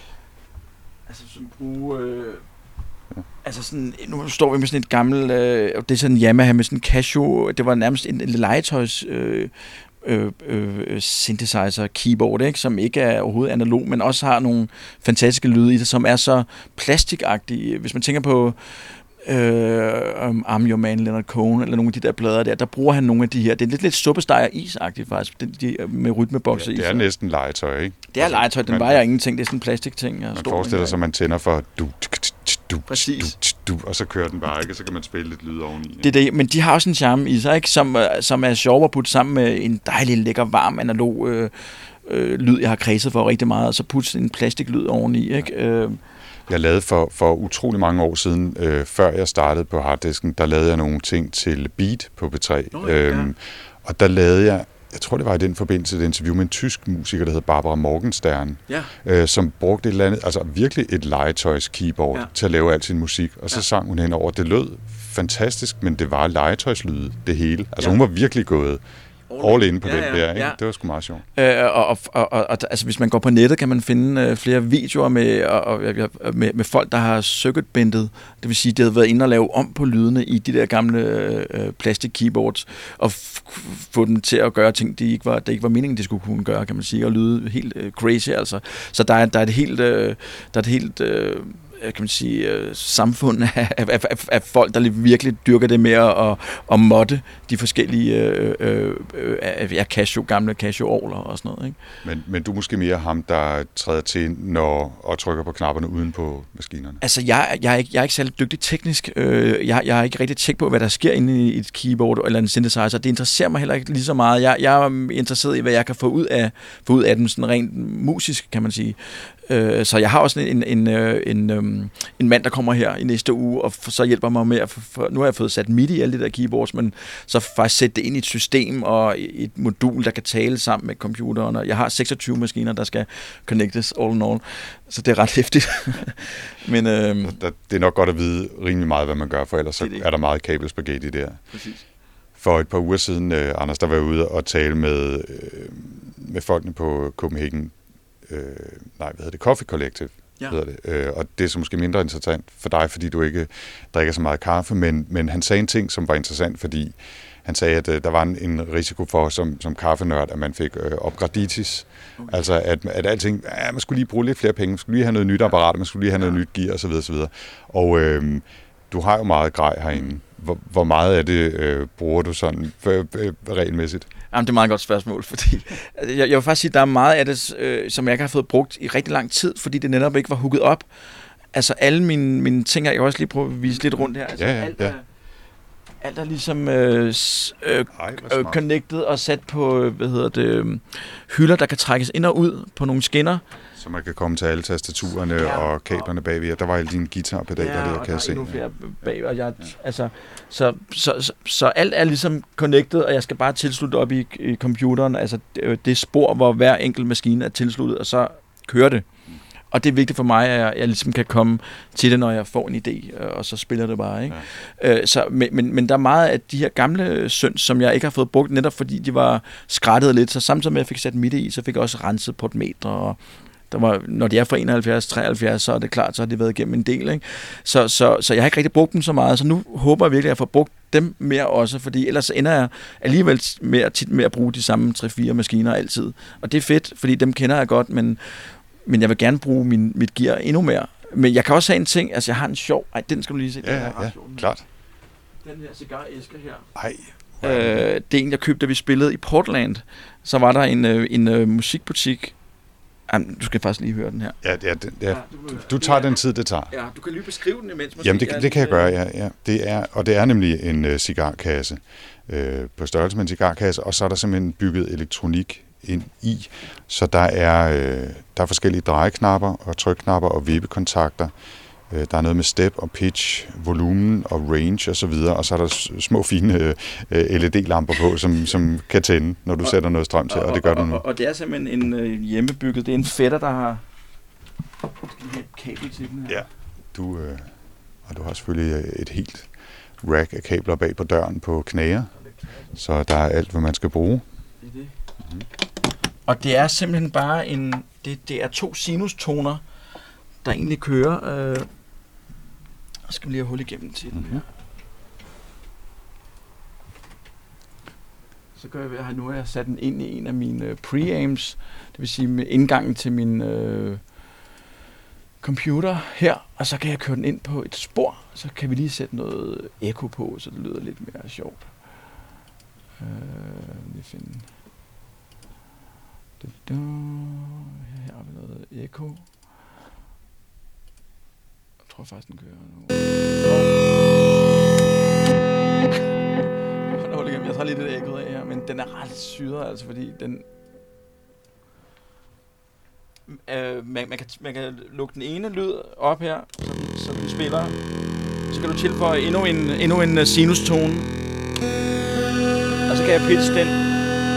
altså, sådan bruge... Øh, ja. Altså sådan, nu står vi med sådan et gammelt, øh, det er sådan en Yamaha med sådan en Casio, det var nærmest en, en legetøjs... Øh, Øh, øh, synthesizer keyboard, ikke? Som ikke er overhovedet analog, men også har nogle fantastiske lyde i det, som er så plastikagtige. Hvis man tænker på øh, um, I'm Your Man, Leonard Cohen, eller nogle af de der plader der, der bruger han nogle af de her. Det er lidt, lidt suppesteg is-agtigt faktisk, de, de, med rytmebokser i. Ja, det er i, næsten legetøj, ikke? Det er altså, legetøj, den man, vejer ingenting, det er sådan en plastikting. Man forestiller sig, at man tænder for du, du, Præcis. Du, og så kører den bare, ikke? Så kan man spille lidt lyd oveni. Det er det, men de har også en charme i sig, ikke? Som, som er sjov at putte sammen med en dejlig, lækker, varm, analog øh, øh, lyd, jeg har kredset for rigtig meget, og så putte en plastiklyd oveni, ikke? Ja. Øh. Jeg lavede for, for utrolig mange år siden, øh, før jeg startede på harddisken, der lavede jeg nogle ting til Beat på P tre. Oh, ja, øhm, ja. Og der lavede jeg, jeg tror det var i den forbindelse, et interview med en tysk musiker, der hed Barbara Morgenstern, ja. øh, som brugte et eller andet, altså virkelig et legetøjs keyboard ja. til at lave al sin musik. Og så ja. sang hun henover. Det lød fantastisk, men det var legetøjslyde, det hele. Altså ja. hun var virkelig gået all in på ja, den ja, der, ikke? Ja. Det var sgu meget sjovt. Øh, og, og, og, og altså, hvis man går på nettet, kan man finde øh, flere videoer med, og, og, med, med folk, der har circuitbendet. Det vil sige, de havde været inde og lave om på lydene i de der gamle øh, plastik keyboards, og f- få dem til at gøre ting, de ikke var, det ikke var meningen, de skulle kunne gøre, kan man sige, og lyde helt øh, crazy, altså. Så der er, der er et helt... Øh, der er et helt øh, kan man sige, øh, samfund af, af, af, af folk, der virkelig dyrker det med at, at modde de forskellige øh, øh, øh, ja, Casio, gamle Casio-orgler og sådan noget. Ikke? Men, men du er måske mere ham, der træder til når, og trykker på knapperne uden på maskinerne? Altså, jeg, jeg, er, ikke, jeg er ikke særlig dygtig teknisk. Øh, jeg, jeg er ikke rigtig tjek på, hvad der sker inde i et keyboard eller en synthesizer. Det interesserer mig heller ikke lige så meget. Jeg, jeg er interesseret i, hvad jeg kan få ud af, få ud af den sådan rent musisk, kan man sige. Øh, så jeg har også en, en, en, en, en, en mand, der kommer her i næste uge, og så hjælper mig med at... For, nu har jeg fået sat M I D I i alle de der keyboards, men så faktisk sætte det ind i et system og et modul, der kan tale sammen med computeren. Og jeg har seksogtyve maskiner, der skal connectes all in all. Så det er ret hæftigt. men, øh, det er nok godt at vide rimelig meget, hvad man gør, for ellers så er der meget kabelspaghetti der. Præcis. For et par uger siden, øh, Anders, der var jeg ude og tale med, øh, med folkene på Copenhagen, øh, nej, hvad hedder det, Coffee Collective, ja. hedder det. Øh, og det er så måske mindre interessant for dig, fordi du ikke drikker så meget kaffe, men, men han sagde en ting, som var interessant, fordi han sagde, at øh, der var en, en risiko for, som, som kaffenørd, at man fik øh, opgraditis. Okay. Altså, at, at alting, ja, man skulle lige bruge lidt flere penge, man skulle lige have noget nyt apparat, man skulle lige have noget nyt gear, osv. osv. Og øh, du har jo meget grej herinde. Hvor, hvor meget af det øh, bruger du sådan for, øh, regelmæssigt? Jamen, det er et meget godt spørgsmål, fordi jeg, jeg vil faktisk sige, at der er meget af det, øh, som jeg ikke har fået brugt i rigtig lang tid, fordi det netop ikke var hooket op. Altså alle mine, mine ting, jeg kan også lige prøve at vise lidt rundt her. Altså, ja, ja, alt, ja. er, alt er ligesom øh, øh, øh, connected og sat på, hvad hedder det, hylder, der kan trækkes ind og ud på nogle skinner. Så man kan komme til alle tastaturerne ja, og kablerne bagved. Der var alle dine guitarpedaler ja, der, kan jeg se. Ja, og der er endnu flere bagved. Og jeg, ja. altså, så, så, så, så alt er ligesom connected, og jeg skal bare tilslutte op i, i computeren. Altså det, det spor, hvor hver enkelt maskine er tilsluttet, og så kører det. Og det er vigtigt for mig, at jeg, jeg ligesom kan komme til det, når jeg får en idé, og så spiller det bare. Ikke? Ja. Øh, så, men, men, men der er meget af de her gamle synths, som jeg ikke har fået brugt, netop fordi de var skrættet lidt. Så samtidig med, at jeg fik sat M I D I i, så fik jeg også renset portmetre og der var, når de er fra enoghalvfjerds til treoghalvfjerds, så er det klart, så har det været igennem en del. Ikke? Så, så, så jeg har ikke rigtig brugt dem så meget, så nu håber jeg virkelig, at jeg får brugt dem mere også, fordi ellers ender jeg alligevel mere, tit med at bruge de samme tre fire maskiner altid. Og det er fedt, fordi dem kender jeg godt, men, men jeg vil gerne bruge min, mit gear endnu mere. Men jeg kan også have en ting, altså jeg har en sjov, ej, den skal du lige se. Ja, ja, ja, klart. Den her cigaræske her. Ej. Øh, det er en, jeg købte, da vi spillede i Portland. Så var der en, en, en, en musikbutik. Jamen, du skal faktisk lige høre den her. Ja, ja, det, ja. Du, du tager den tid, det tager. Ja, du kan lige beskrive den imens. Måske. Jamen, det, det kan jeg gøre, ja. ja. Det er, og det er nemlig en uh, cigarkasse øh, på størrelse med en cigarkasse, og så er der simpelthen bygget elektronik ind i, så der er, øh, der er forskellige drejeknapper og trykknapper og vippekontakter. Øh, der er noget med step og pitch, volumen og range og så videre, og så er der små fine øh, L E D-lamper på, som, som kan tænde, når du og, sætter noget strøm til, og, og det gør og, du nu. Og, og det er simpelthen en øh, hjemmebygget, det er en fætter, der har et kabel til den her. Ja, du, øh, og du har selvfølgelig et helt rack af kabler bag på døren på knæer, så der er alt, hvad man skal bruge. Det er det. Mm-hmm. Og det er simpelthen bare en, det, det er to sinustoner, der egentlig kører. Øh, skal vi lige have hul igennem til den her. Så gør jeg ved, at nu har jeg sat den ind i en af mine preamps, det vil sige med indgangen til min øh, computer her, og så kan jeg køre den ind på et spor, så kan vi lige sætte noget ekko på, så det lyder lidt mere sjovt. Øh, lige finde. Her har vi noget ekko. Jeg tror faktisk, den kører nu. Jeg tager lidt det ekkoet af her, men den er ret syret, altså, fordi den... Øh, man, man, kan, man kan lukke den ene lyd op her, så den, så den spiller. Så kan du tilføje endnu en, endnu en sinustone. Og så kan jeg pitche den.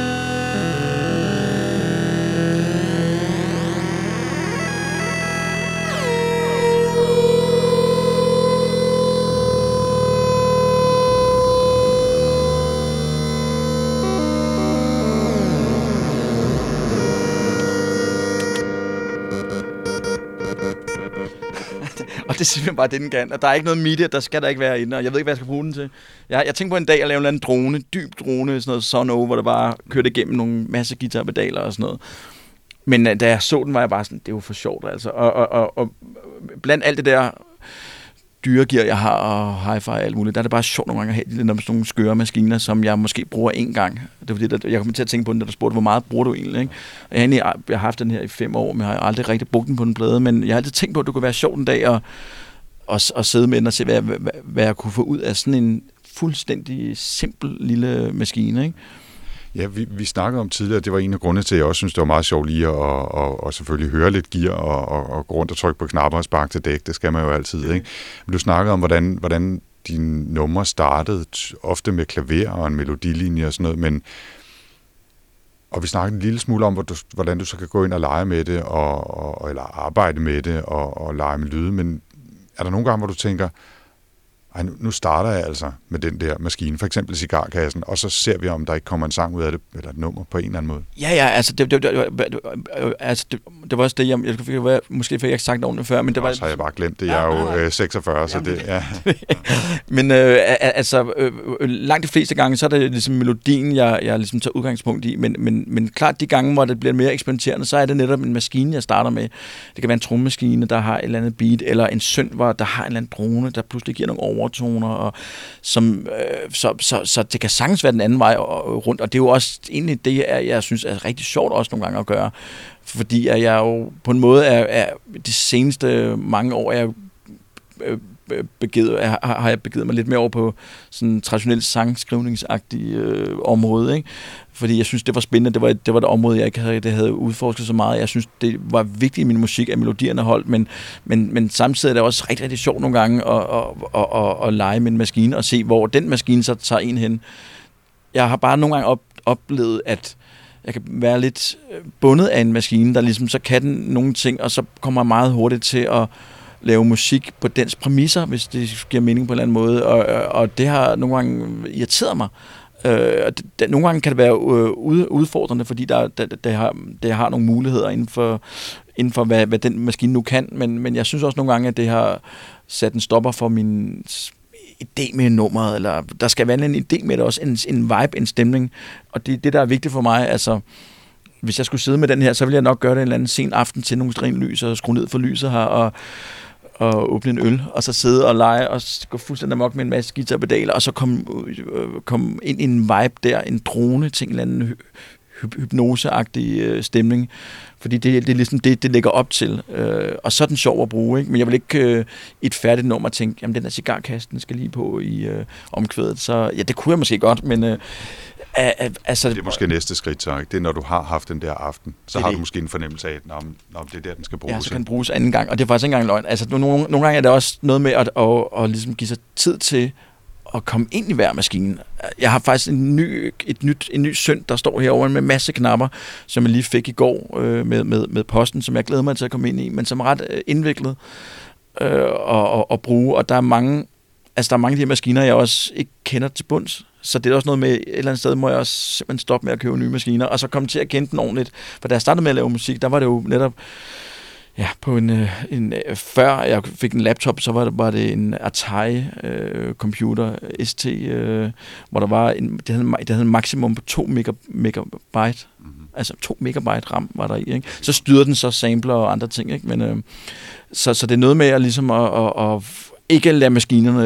Det er simpelthen bare det, den kan. Og der er ikke noget media, der skal der ikke være inde, og jeg ved ikke, hvad jeg skal bruge den til. Jeg, jeg tænkte på en dag at lave en eller anden drone, dyb drone, sådan noget Sono, hvor der bare kørte igennem nogle masse guitarpedaler og sådan noget. Men da jeg så den, var jeg bare sådan, det er jo for sjovt, altså. Og, og, og, og blandt alt det der dyregear, jeg har, og hi-fi og alt muligt, der er det bare sjovt nogle gange at have de, sådan nogle skøre maskiner, som jeg måske bruger én gang. Det er fordi, der, jeg kommer til at tænke på den, da du spurgte, hvor meget bruger du egentlig, ikke? Jeg har, egentlig, jeg har haft den her i fem år, men jeg har aldrig rigtig brugt den på en plade, men jeg har altid tænkt på, at det kunne være sjovt en dag at, at, at sidde med den og se, hvad, hvad, hvad jeg kunne få ud af sådan en fuldstændig simpel lille maskine, ikke? Ja, vi, vi snakkede om tidligere, det var en af grundene til, at jeg også synes, det var meget sjovt lige at og, og, og selvfølgelig høre lidt gear og, og, og gå rundt og trykke på knapper og sparke til dæk. Det skal man jo altid, ikke? Men du snakkede om, hvordan, hvordan dine numre startede, ofte med klaver og en melodilinje og sådan noget, men og vi snakkede en lille smule om, hvordan du så kan gå ind og lege med det, og, og, eller arbejde med det, og, og lege med lyde, men er der nogle gange, hvor du tænker, ej, nu starter jeg altså med den der maskine, for eksempel cigarkassen, og så ser vi, om der ikke kommer en sang ud af det, eller et nummer på en eller anden måde. Ja, ja, altså det, det, det, altså, det, det var også det, jeg, jeg, jeg måske fik jeg ikke sagt ordentligt før, men det var... Så har jeg bare glemt det, jeg er jo øh, seksogfyrre, så det... Ja. Men øh, altså, øh, langt de fleste gange, så er det ligesom melodien, jeg, jeg ligesom tager udgangspunkt i, men, men, men klart de gange, hvor det bliver mere eksperimenterende, så er det netop en maskine, jeg starter med. Det kan være en trommemaskine, der har et eller andet beat, eller en synth, der har en eller anden drone, der pludselig giver nogle overtoner, og som, øh, så, så, så det kan sagtens være den anden vej rundt, og det er jo også egentlig det, jeg synes er rigtig sjovt også nogle gange at gøre, fordi jeg jo på en måde er, er de seneste mange år, jeg øh, begivet, har, har jeg begivet mig lidt mere over på sådan traditionelt sangskrivningsagtigt øh, område, ikke? Fordi jeg synes, det var spændende. Det var, det var et område, jeg ikke havde, det havde udforsket så meget. Jeg synes, det var vigtigt i min musik, at melodierne holdt, men, men, men samtidig er det også rigtig, rigtig sjovt nogle gange at, at, at, at, at lege med en maskine og se, hvor den maskine så tager en hen. Jeg har bare nogle gange op, oplevet, at jeg kan være lidt bundet af en maskine, der ligesom så kan den nogle ting, og så kommer jeg meget hurtigt til at lave musik på dens præmisser, hvis det giver mening på en eller anden måde, og, og det har nogle gange irriteret mig. Øh, det, det, nogle gange kan det være øh, udfordrende, fordi der, det, det, har, det har nogle muligheder inden for, inden for hvad, hvad den maskine nu kan, men, men jeg synes også nogle gange, at det har sat en stopper for min idé med nummeret, eller der skal være en idé med det også, en, en vibe, en stemning, og det det, der er vigtigt for mig, altså hvis jeg skulle sidde med den her, så ville jeg nok gøre det en eller anden sen aften til nogle strinlys, og skrue ned for lyset her, og og åbne en øl, og så sidde og lege, og gå fuldstændig amok med en masse guitarpedaler, og så komme kom ind i en vibe der, en drone til en eller anden hy- hypnoseagtig øh, stemning, fordi det, det er ligesom det, det lægger op til. Øh, og så er den sjov at bruge, ikke? Men jeg vil ikke øh, et færdigt nummer tænke, jamen den der cigarkasse, den skal lige på i øh, omkvædet, så ja, det kunne jeg måske godt, men øh, altså, det er måske næste skridt, så ikke? Det er, når du har haft den der aften, så har det. du måske en fornemmelse af, at når, når det er der, den skal bruges. Ja, så kan den bruges anden gang, og det er faktisk ikke engang løgn. Altså, nogle, nogle gange er det også noget med at, at, at, at ligesom give sig tid til at komme ind i hver maskine. Jeg har faktisk en ny, et nyt, en ny synth, der står herovre med masse knapper, som jeg lige fik i går øh, med, med, med posten, som jeg glæder mig til at komme ind i, men som er ret øh, indviklet øh, at, at, at bruge, og der er mange, altså der er mange af de her maskiner, jeg også ikke kender til bunds. Så det er også noget med, et eller andet sted må jeg også simpelthen stoppe med at købe nye maskiner, og så komme til at kende den ordentligt. For da jeg startede med at lave musik, der var det jo netop, ja, på en, en før jeg fik en laptop, så var det, var det en Atari øh, computer S T, øh, hvor der var en, det havde, det havde en maksimum på to megabyte, mm-hmm. altså to megabyte RAM var der i, ikke? Så styrede den så sampler og andre ting, ikke? Men, øh, så, så det er noget med at ligesom at, at, at ikke lade maskinerne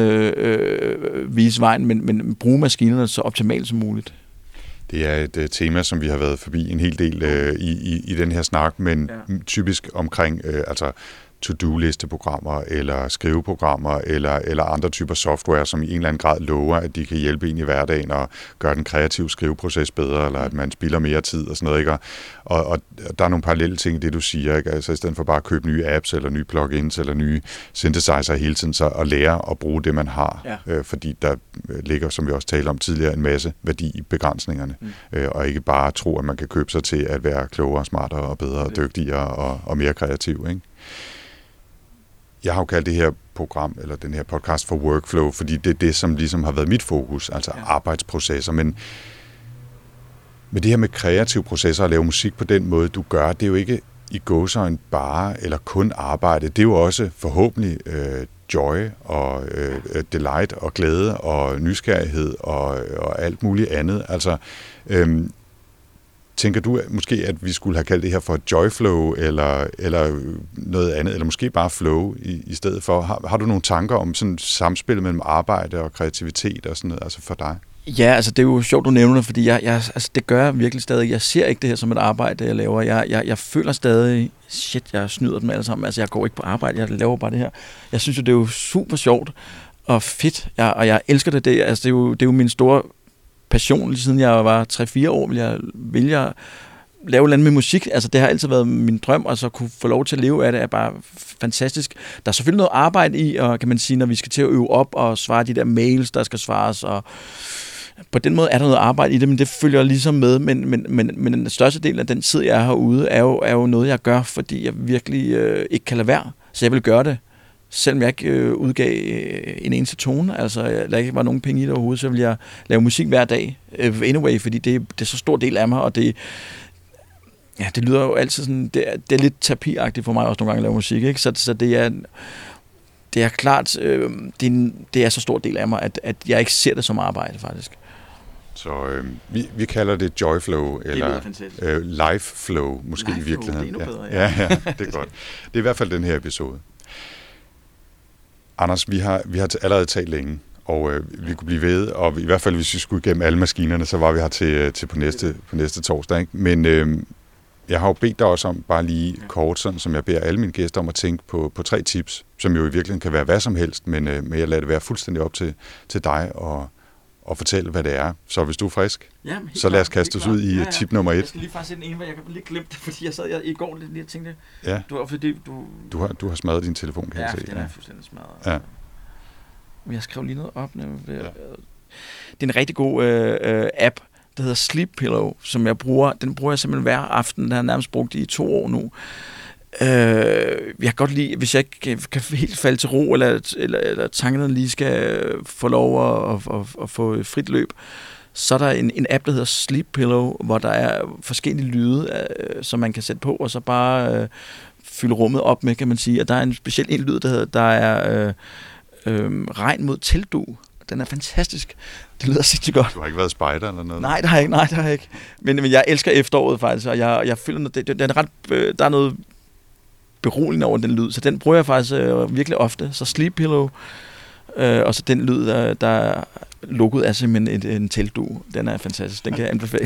øh, vise vejen, men, men bruge maskinerne så optimalt som muligt. Det er et uh, tema, som vi har været forbi en hel del uh, i, i, i den her snak, men ja. typisk omkring uh, altså to-do-listeprogrammer eller skriveprogrammer eller, eller andre typer software, som i en eller anden grad lover, at de kan hjælpe en i hverdagen og gøre den kreative skriveproces bedre, eller at man spilder mere tid og sådan noget, ikke? Og, og der er nogle parallelle ting i det, du siger, ikke? Altså i stedet for bare at købe nye apps eller nye plugins eller nye synthesizer hele tiden, så at lære at bruge det, man har. Ja. Øh, fordi der ligger, som vi også talte om tidligere, en masse værdi i begrænsningerne. Mm. Øh, og ikke bare tro, at man kan købe sig til at være klogere, smartere og bedre og dygtigere og, og mere kreativ, ikke? Jeg har jo kaldt det her program, eller den her podcast for workflow, fordi det er det, som ligesom har været mit fokus, altså ja. arbejdsprocesser. Men med det her med kreative processer og lave musik på den måde, du gør, det er jo ikke i gåseøjne bare eller kun arbejde. Det er jo også forhåbentlig øh, joy og øh, delight og glæde og nysgerrighed og, og alt muligt andet. Altså, øh, tænker du måske, at vi skulle have kaldt det her for joyflow, eller, eller noget andet, eller måske bare flow i, i stedet for? Har, har du nogle tanker om sådan samspillet mellem arbejde og kreativitet og sådan noget, altså for dig? Ja, altså det er jo sjovt, du nævner det, fordi jeg, jeg, altså, det gør jeg virkelig stadig. Jeg ser ikke det her som et arbejde, jeg laver. Jeg, jeg, jeg føler stadig, shit, jeg snyder dem alle sammen. Altså jeg går ikke på arbejde, jeg laver bare det her. Jeg synes jo, det er jo super sjovt og fedt, jeg, og jeg elsker det. det, altså, det, er jo, det er jo min store passion, lige siden jeg var tre fire år, vil jeg vælge at lave noget med musik. Altså det har altid været min drøm, og så kunne få lov til at leve af det er bare fantastisk. Der er selvfølgelig noget arbejde i, og kan man sige, når vi skal til at øve op og svare de der mails, der skal svares, og på den måde er der noget arbejde i det, men det følger ligesom med, men, men, men, men den største del af den tid, jeg er herude, er jo, er jo noget, jeg gør, fordi jeg virkelig øh, ikke kan lade være, så jeg vil gøre det. Selvom jeg ikke øh, udgav øh, en eneste tone, altså der ikke var nogen penge i det overhovedet, så vil jeg lave musik hver dag, øh, anyway, fordi det, det er så stor del af mig, og det, ja, det lyder jo altid sådan, det er, det er lidt terapiagtigt for mig også nogle gange at lave musik, ikke? Så, så det er, det er klart, øh, det, er, det er så stor del af mig, at, at jeg ikke ser det som arbejde, faktisk. Så øh, vi, vi kalder det joyflow, eller øh, life flow, måske life i virkeligheden. Flow, det er endnu bedre, ja. Ja, ja, det er godt. Det er i hvert fald den her episode. Anders, vi har, vi har allerede talt længe, og øh, vi kunne blive ved, og i hvert fald hvis vi skulle igennem alle maskinerne, så var vi her til, til på, næste, på næste torsdag. Ikke? Men øh, jeg har jo bedt dig også om, bare lige kort, sådan, som jeg beder alle mine gæster om at tænke på, på tre tips, som jo i virkeligheden kan være hvad som helst, men, øh, men jeg lader det være fuldstændig op til, til dig og, og fortælle, hvad det er. Så hvis du er frisk, ja, så lad os kaste os ud i ja, ja. tip nummer et. Jeg skal lige faktisk se den ene, hvor jeg kan lige glemme det, fordi jeg sad jeg, i går lige og tænkte, ja. du har, fordi du... Du har, du har smadret din telefon, kan ja, jeg se. Den ja, den er fuldstændig smadret. Ja. Men jeg skrev lige noget op. Ja. Det er en rigtig god øh, øh, app, der hedder Sleep Pillow, som jeg bruger. Den bruger jeg simpelthen hver aften. Den har jeg nærmest brugt i to år nu. Øh, jeg kan godt lide, hvis jeg ikke kan, kan helt falde til ro, eller, eller, eller tankerne lige skal få lov at, at, at, at få frit løb, så er der en, en app, der hedder Sleep Pillow, hvor der er forskellige lyde, øh, som man kan sætte på, og så bare øh, fylde rummet op med, kan man sige. Og der er en speciel en lyd, der hedder, der er øh, øh, regn mod teltdug. Den er fantastisk. Det lyder sindssygt godt. Du har ikke været spejder eller noget? Nej, det har jeg ikke. Nej, det har jeg ikke. Men, men jeg elsker efteråret faktisk, og jeg, jeg føler, det, det, den er ret, øh, der er noget beroligende over den lyd, så den bruger jeg faktisk øh, virkelig ofte. Så Sleep Pillow, øh, og så den lyd, der, der logoet er simpelthen en, en teltdug. Den er fantastisk. Den kan jeg anbefale.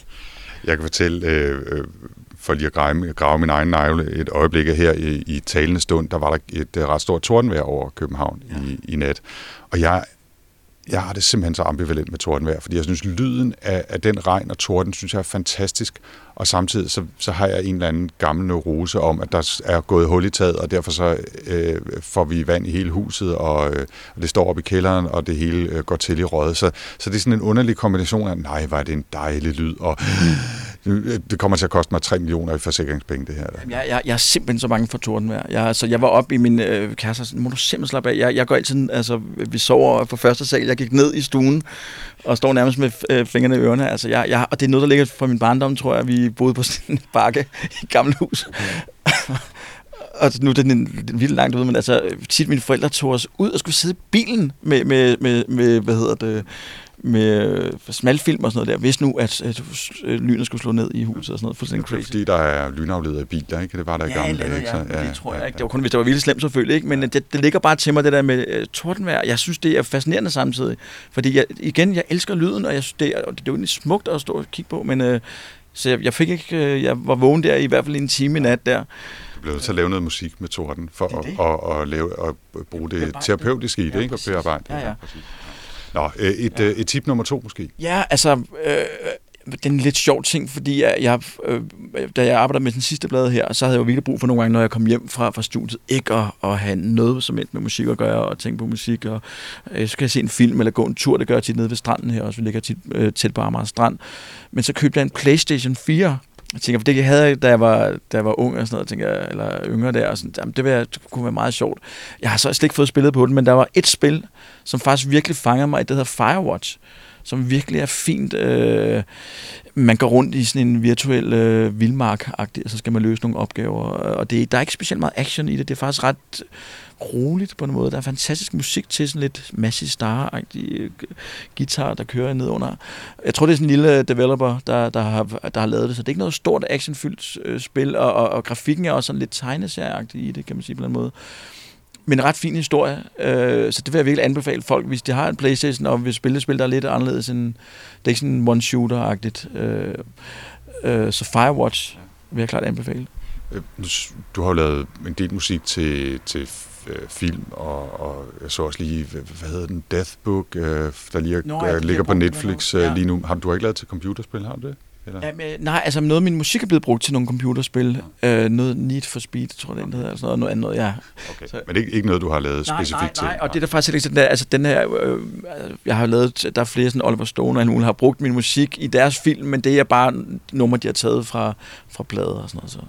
Jeg kan fortælle, øh, for lige at grave, grave min egen negle et øjeblik her i, i talende stund, der var der et uh, ret stort tordenvejr over København ja. i, i nat. Og jeg, jeg har det simpelthen så ambivalent med tordenvejr, fordi jeg synes, lyden af, af den regn og torden, synes jeg er fantastisk. Og samtidig så, så har jeg en eller anden gammel neurose om, at der er gået hul i taget, og derfor så øh, får vi vand i hele huset, og, øh, og det står op i kælderen, og det hele øh, går til i røget. Så, så det er sådan en underlig kombination af, nej, hvor er det en dejlig lyd, og øh, det kommer til at koste mig tre millioner i forsikringspenge, det her. Jeg, jeg, jeg er simpelthen så bange for tordenvejr. Jeg, altså, jeg var oppe i min øh, kæreste, må du simpelthen slappe af. Jeg, jeg går altid, altså, vi sover på første sal, jeg gik ned i stuen, og står nærmest med øh, fingrene i ørerne. Altså, jeg, jeg, og det er noget, der ligger fra min barndom, tror jeg. Vi boede på sådan en bakke i et gammelt hus. Okay. Og nu er det en vildt langt ud, men altså, tit mine forældre tog os ud og skulle sidde i bilen med, med, med, med hvad hedder det, med smalfilm og sådan noget der, hvis nu, at, at lynet skulle slå ned i huset og sådan noget, fuldstændig crazy. Fordi der er lynafledere i biler, ikke? Det var der i gamle dage, ikke? Ja, ja, det tror jeg ikke. Det var kun, hvis det var vildt slemt selvfølgelig, ikke? Men det, det ligger bare til mig, det der med uh, tordenvejr. Jeg synes, det er fascinerende samtidig. Fordi jeg, igen, jeg elsker lyden, og jeg synes, det er, det er jo egentlig smukt at stå og kigge på, men uh, så jeg, jeg fik ikke, uh, jeg var vågen der i hvert fald en time i nat der. Du blev nødt til at lave noget musik med torden, for det det. At, at, at, lave, at bruge det, det terapeutisk i det, ja, ikke? Og bearbejde det. Ja, ja. Nå, et, ja. et tip nummer to måske? Ja, altså, øh, det er en lidt sjov ting, fordi jeg, jeg, øh, da jeg arbejdede med den sidste blad her, så havde jeg jo virkelig brug for nogle gange, når jeg kom hjem fra, fra studiet, ikke at, at have noget som helst med musik at gøre, og tænke på musik, og øh, så kan jeg se en film, eller gå en tur, det gør jeg tit nede ved stranden her, også vi ligger tit øh, tæt på Amager Strand. Men så købte jeg en PlayStation fire. Jeg tænker, for det havde jeg, da jeg var, da jeg var ung og sådan noget, tænker jeg, eller yngre der, og sådan, jamen, det, være, det kunne være meget sjovt. Jeg har så slet ikke fået spillet på den, men der var et spil, som faktisk virkelig fanger mig, det hedder Firewatch, som virkelig er fint. Øh, man går rundt i sådan en virtuel øh, vildmark-agtig, og så skal man løse nogle opgaver, og det, der er ikke specielt meget action i det. Det er faktisk ret roligt på en måde. Der er fantastisk musik til, sådan lidt Massey Star-agtig guitar, der kører ned under. Jeg tror, det er sådan en lille developer, der, der, har, der har lavet det, så det er ikke noget stort actionfyldt øh, spil, og, og, og grafikken er også sådan lidt tegneserieagtig i det, kan man sige på en måde. Men en ret fin historie, øh, så det vil jeg virkelig anbefale folk, hvis de har en PlayStation og vil spille et spil, der er lidt anderledes end, det er ikke sådan one-shooter-agtigt. Øh, øh, så Firewatch vil jeg klart anbefale. Du har jo lavet en del musik til, til film, og, og jeg så også lige, hvad hedder den, Death Book, øh, der lige, Nå, øh, ligger på Netflix øh, lige nu. Har du ikke lavet til computerspil, har du det? Ja, men, nej, altså noget af min musik er blevet brugt til nogle computerspil. Ja. Øh, noget Need for Speed, tror jeg, det hedder, altså noget, noget andet, ja. Okay. Så, men det er ikke noget, du har lavet nej, specifikt nej, til? Nej, og det er der faktisk ikke sådan, der, altså den her, øh, jeg har lavet, der er flere sådan Oliver Stone, og hun har brugt min musik i deres film, men det er bare nummer, de har taget fra, fra plader og sådan noget, så.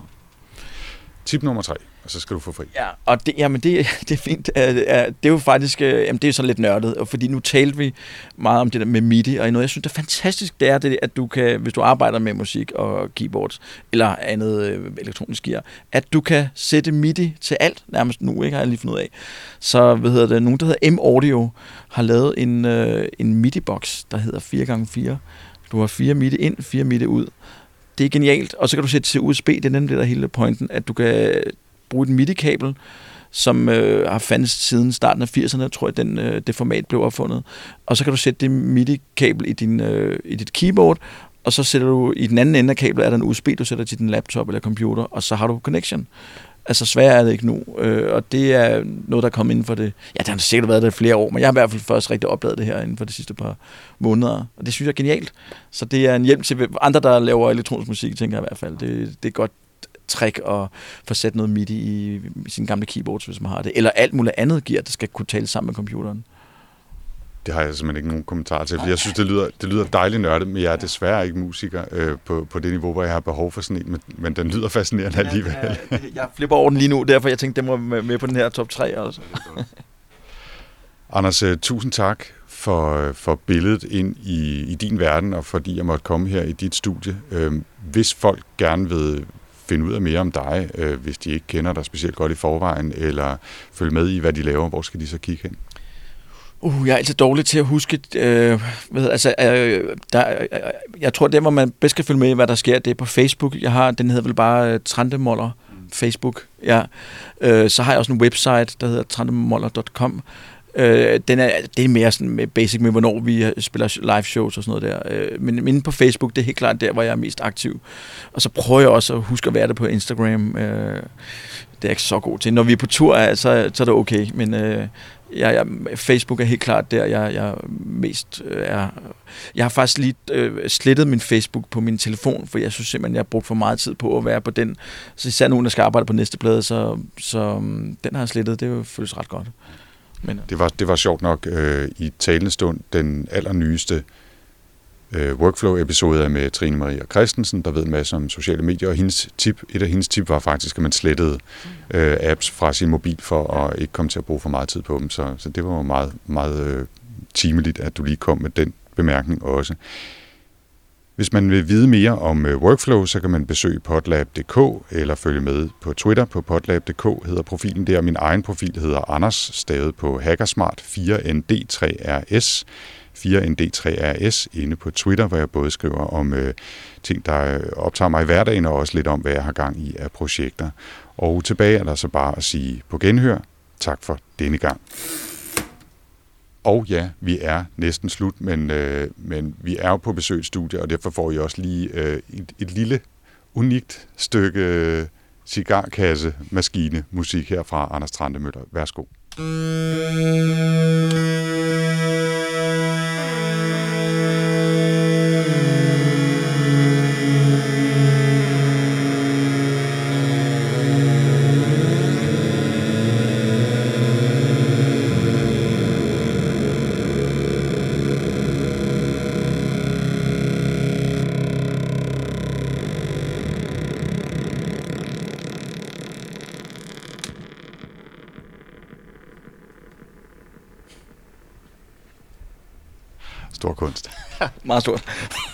Tip nummer tre, og så skal du få fri. Ja, og det, jamen det, det er fint. Det er jo faktisk, jamen det er sådan lidt nørdet, fordi nu talte vi meget om det der med MIDI, og noget, jeg synes, det er fantastisk, det er det, at du kan, hvis du arbejder med musik og keyboards, eller andet øh, elektronisk gear, at du kan sætte MIDI til alt, nærmest nu, ikke, har jeg lige fundet ud af. Så, hvad hedder det, nogen, der hedder M-Audio, har lavet en, øh, en MIDI-box, der hedder fire gange fire. Du har fire MIDI ind, fire MIDI ud. Det er genialt, og så kan du sætte til U S B, det er nemlig det der hele pointen, at du kan bruge et MIDI-kabel, som øh, har fandtes siden starten af firserne, tror jeg, den, øh, det format blev opfundet. Og så kan du sætte det MIDI-kabel i, din, øh, i dit keyboard, og så sætter du i den anden ende af kablet, er der en U S B, du sætter til din laptop eller computer, og så har du connection. Altså sværere er det ikke nu, øh, og det er noget, der er kommet inden for det. Ja, det har sikkert været der i flere år, men jeg har i hvert fald først rigtig opdaget det her inden for de sidste par måneder, og det synes jeg er genialt. Så det er en hjælp til andre, der laver elektronisk musik, tænker jeg i hvert fald. Det, det er godt trick at få sat noget MIDI i sine gamle keyboards, hvis man har det. Eller alt muligt andet gear, der skal kunne tale sammen med computeren. Det har jeg simpelthen ikke nogen kommentar til, for jeg synes, det lyder, det lyder dejligt nørdet, men jeg er desværre ikke musiker øh, på, på det niveau, hvor jeg har behov for sådan en, men, men den lyder fascinerende alligevel. Ja, jeg, jeg flipper over den lige nu, derfor jeg tænkte, det må være med på den her top tre. Altså. Anders, uh, tusind tak for, for billedet ind i, i din verden, og fordi jeg måtte komme her i dit studie. Uh, hvis folk gerne vil finde ud af mere om dig, uh, hvis de ikke kender dig specielt godt i forvejen, eller følge med i, hvad de laver, hvor skal de så kigge hen? Uh, jeg er altid dårlig til at huske, øh, hvad, altså, øh, der, øh, jeg tror, det hvor man bedst kan følge med, hvad der sker, det er på Facebook. Jeg har, den hedder vel bare uh, Trandemoller, mm. Facebook, ja. Øh, så har jeg også en website, der hedder trandemoller punktum com. Øh, den er, det er mere sådan med basic med, hvornår vi spiller live shows og sådan noget der. Øh, men inde på Facebook, det er helt klart der, hvor jeg er mest aktiv. Og så prøver jeg også at huske at være det på Instagram. Øh, det er jeg ikke så god til. Når vi er på tur, så, så er det okay, men øh, jeg, jeg, Facebook er helt klart der, jeg, jeg mest øh, er. Jeg har faktisk lige øh, slettet min Facebook på min telefon, for jeg synes simpelthen, jeg har brugt for meget tid på at være på den. Så især nogen, der skal arbejde på næste plade, så, så um, den har jeg slettet. Det føles ret godt. Men, det, var, det var sjovt nok øh, i talende stund den allernygeste øh, workflow-episode med Trine Maria Christensen, der ved en masse om sociale medier, og hendes tip, et af hendes tip var faktisk, at man slettede øh, apps fra sin mobil for at ikke komme til at bruge for meget tid på dem. Så, så det var jo meget, meget øh, timeligt, at du lige kom med den bemærkning også. Hvis man vil vide mere om øh, workflow, så kan man besøge potlab punktum d k eller følge med på Twitter på potlab punktum d k hedder profilen der. Min egen profil hedder Anders, stavet på Hackersmart fire N D tre R S. fire N D tre R S inde på Twitter, hvor jeg både skriver om øh, ting, der optager mig i hverdagen, og også lidt om, hvad jeg har gang i af projekter. Og tilbage er der så bare at sige på genhør. Tak for denne gang. Og ja, vi er næsten slut, men, øh, men vi er jo på besøgsstudie, og derfor får I også lige øh, et, et lille, unikt stykke øh, cigarkasse-maskine musik her fra Anders Trantemøller. Værsgo. stor kunst. Meget stort.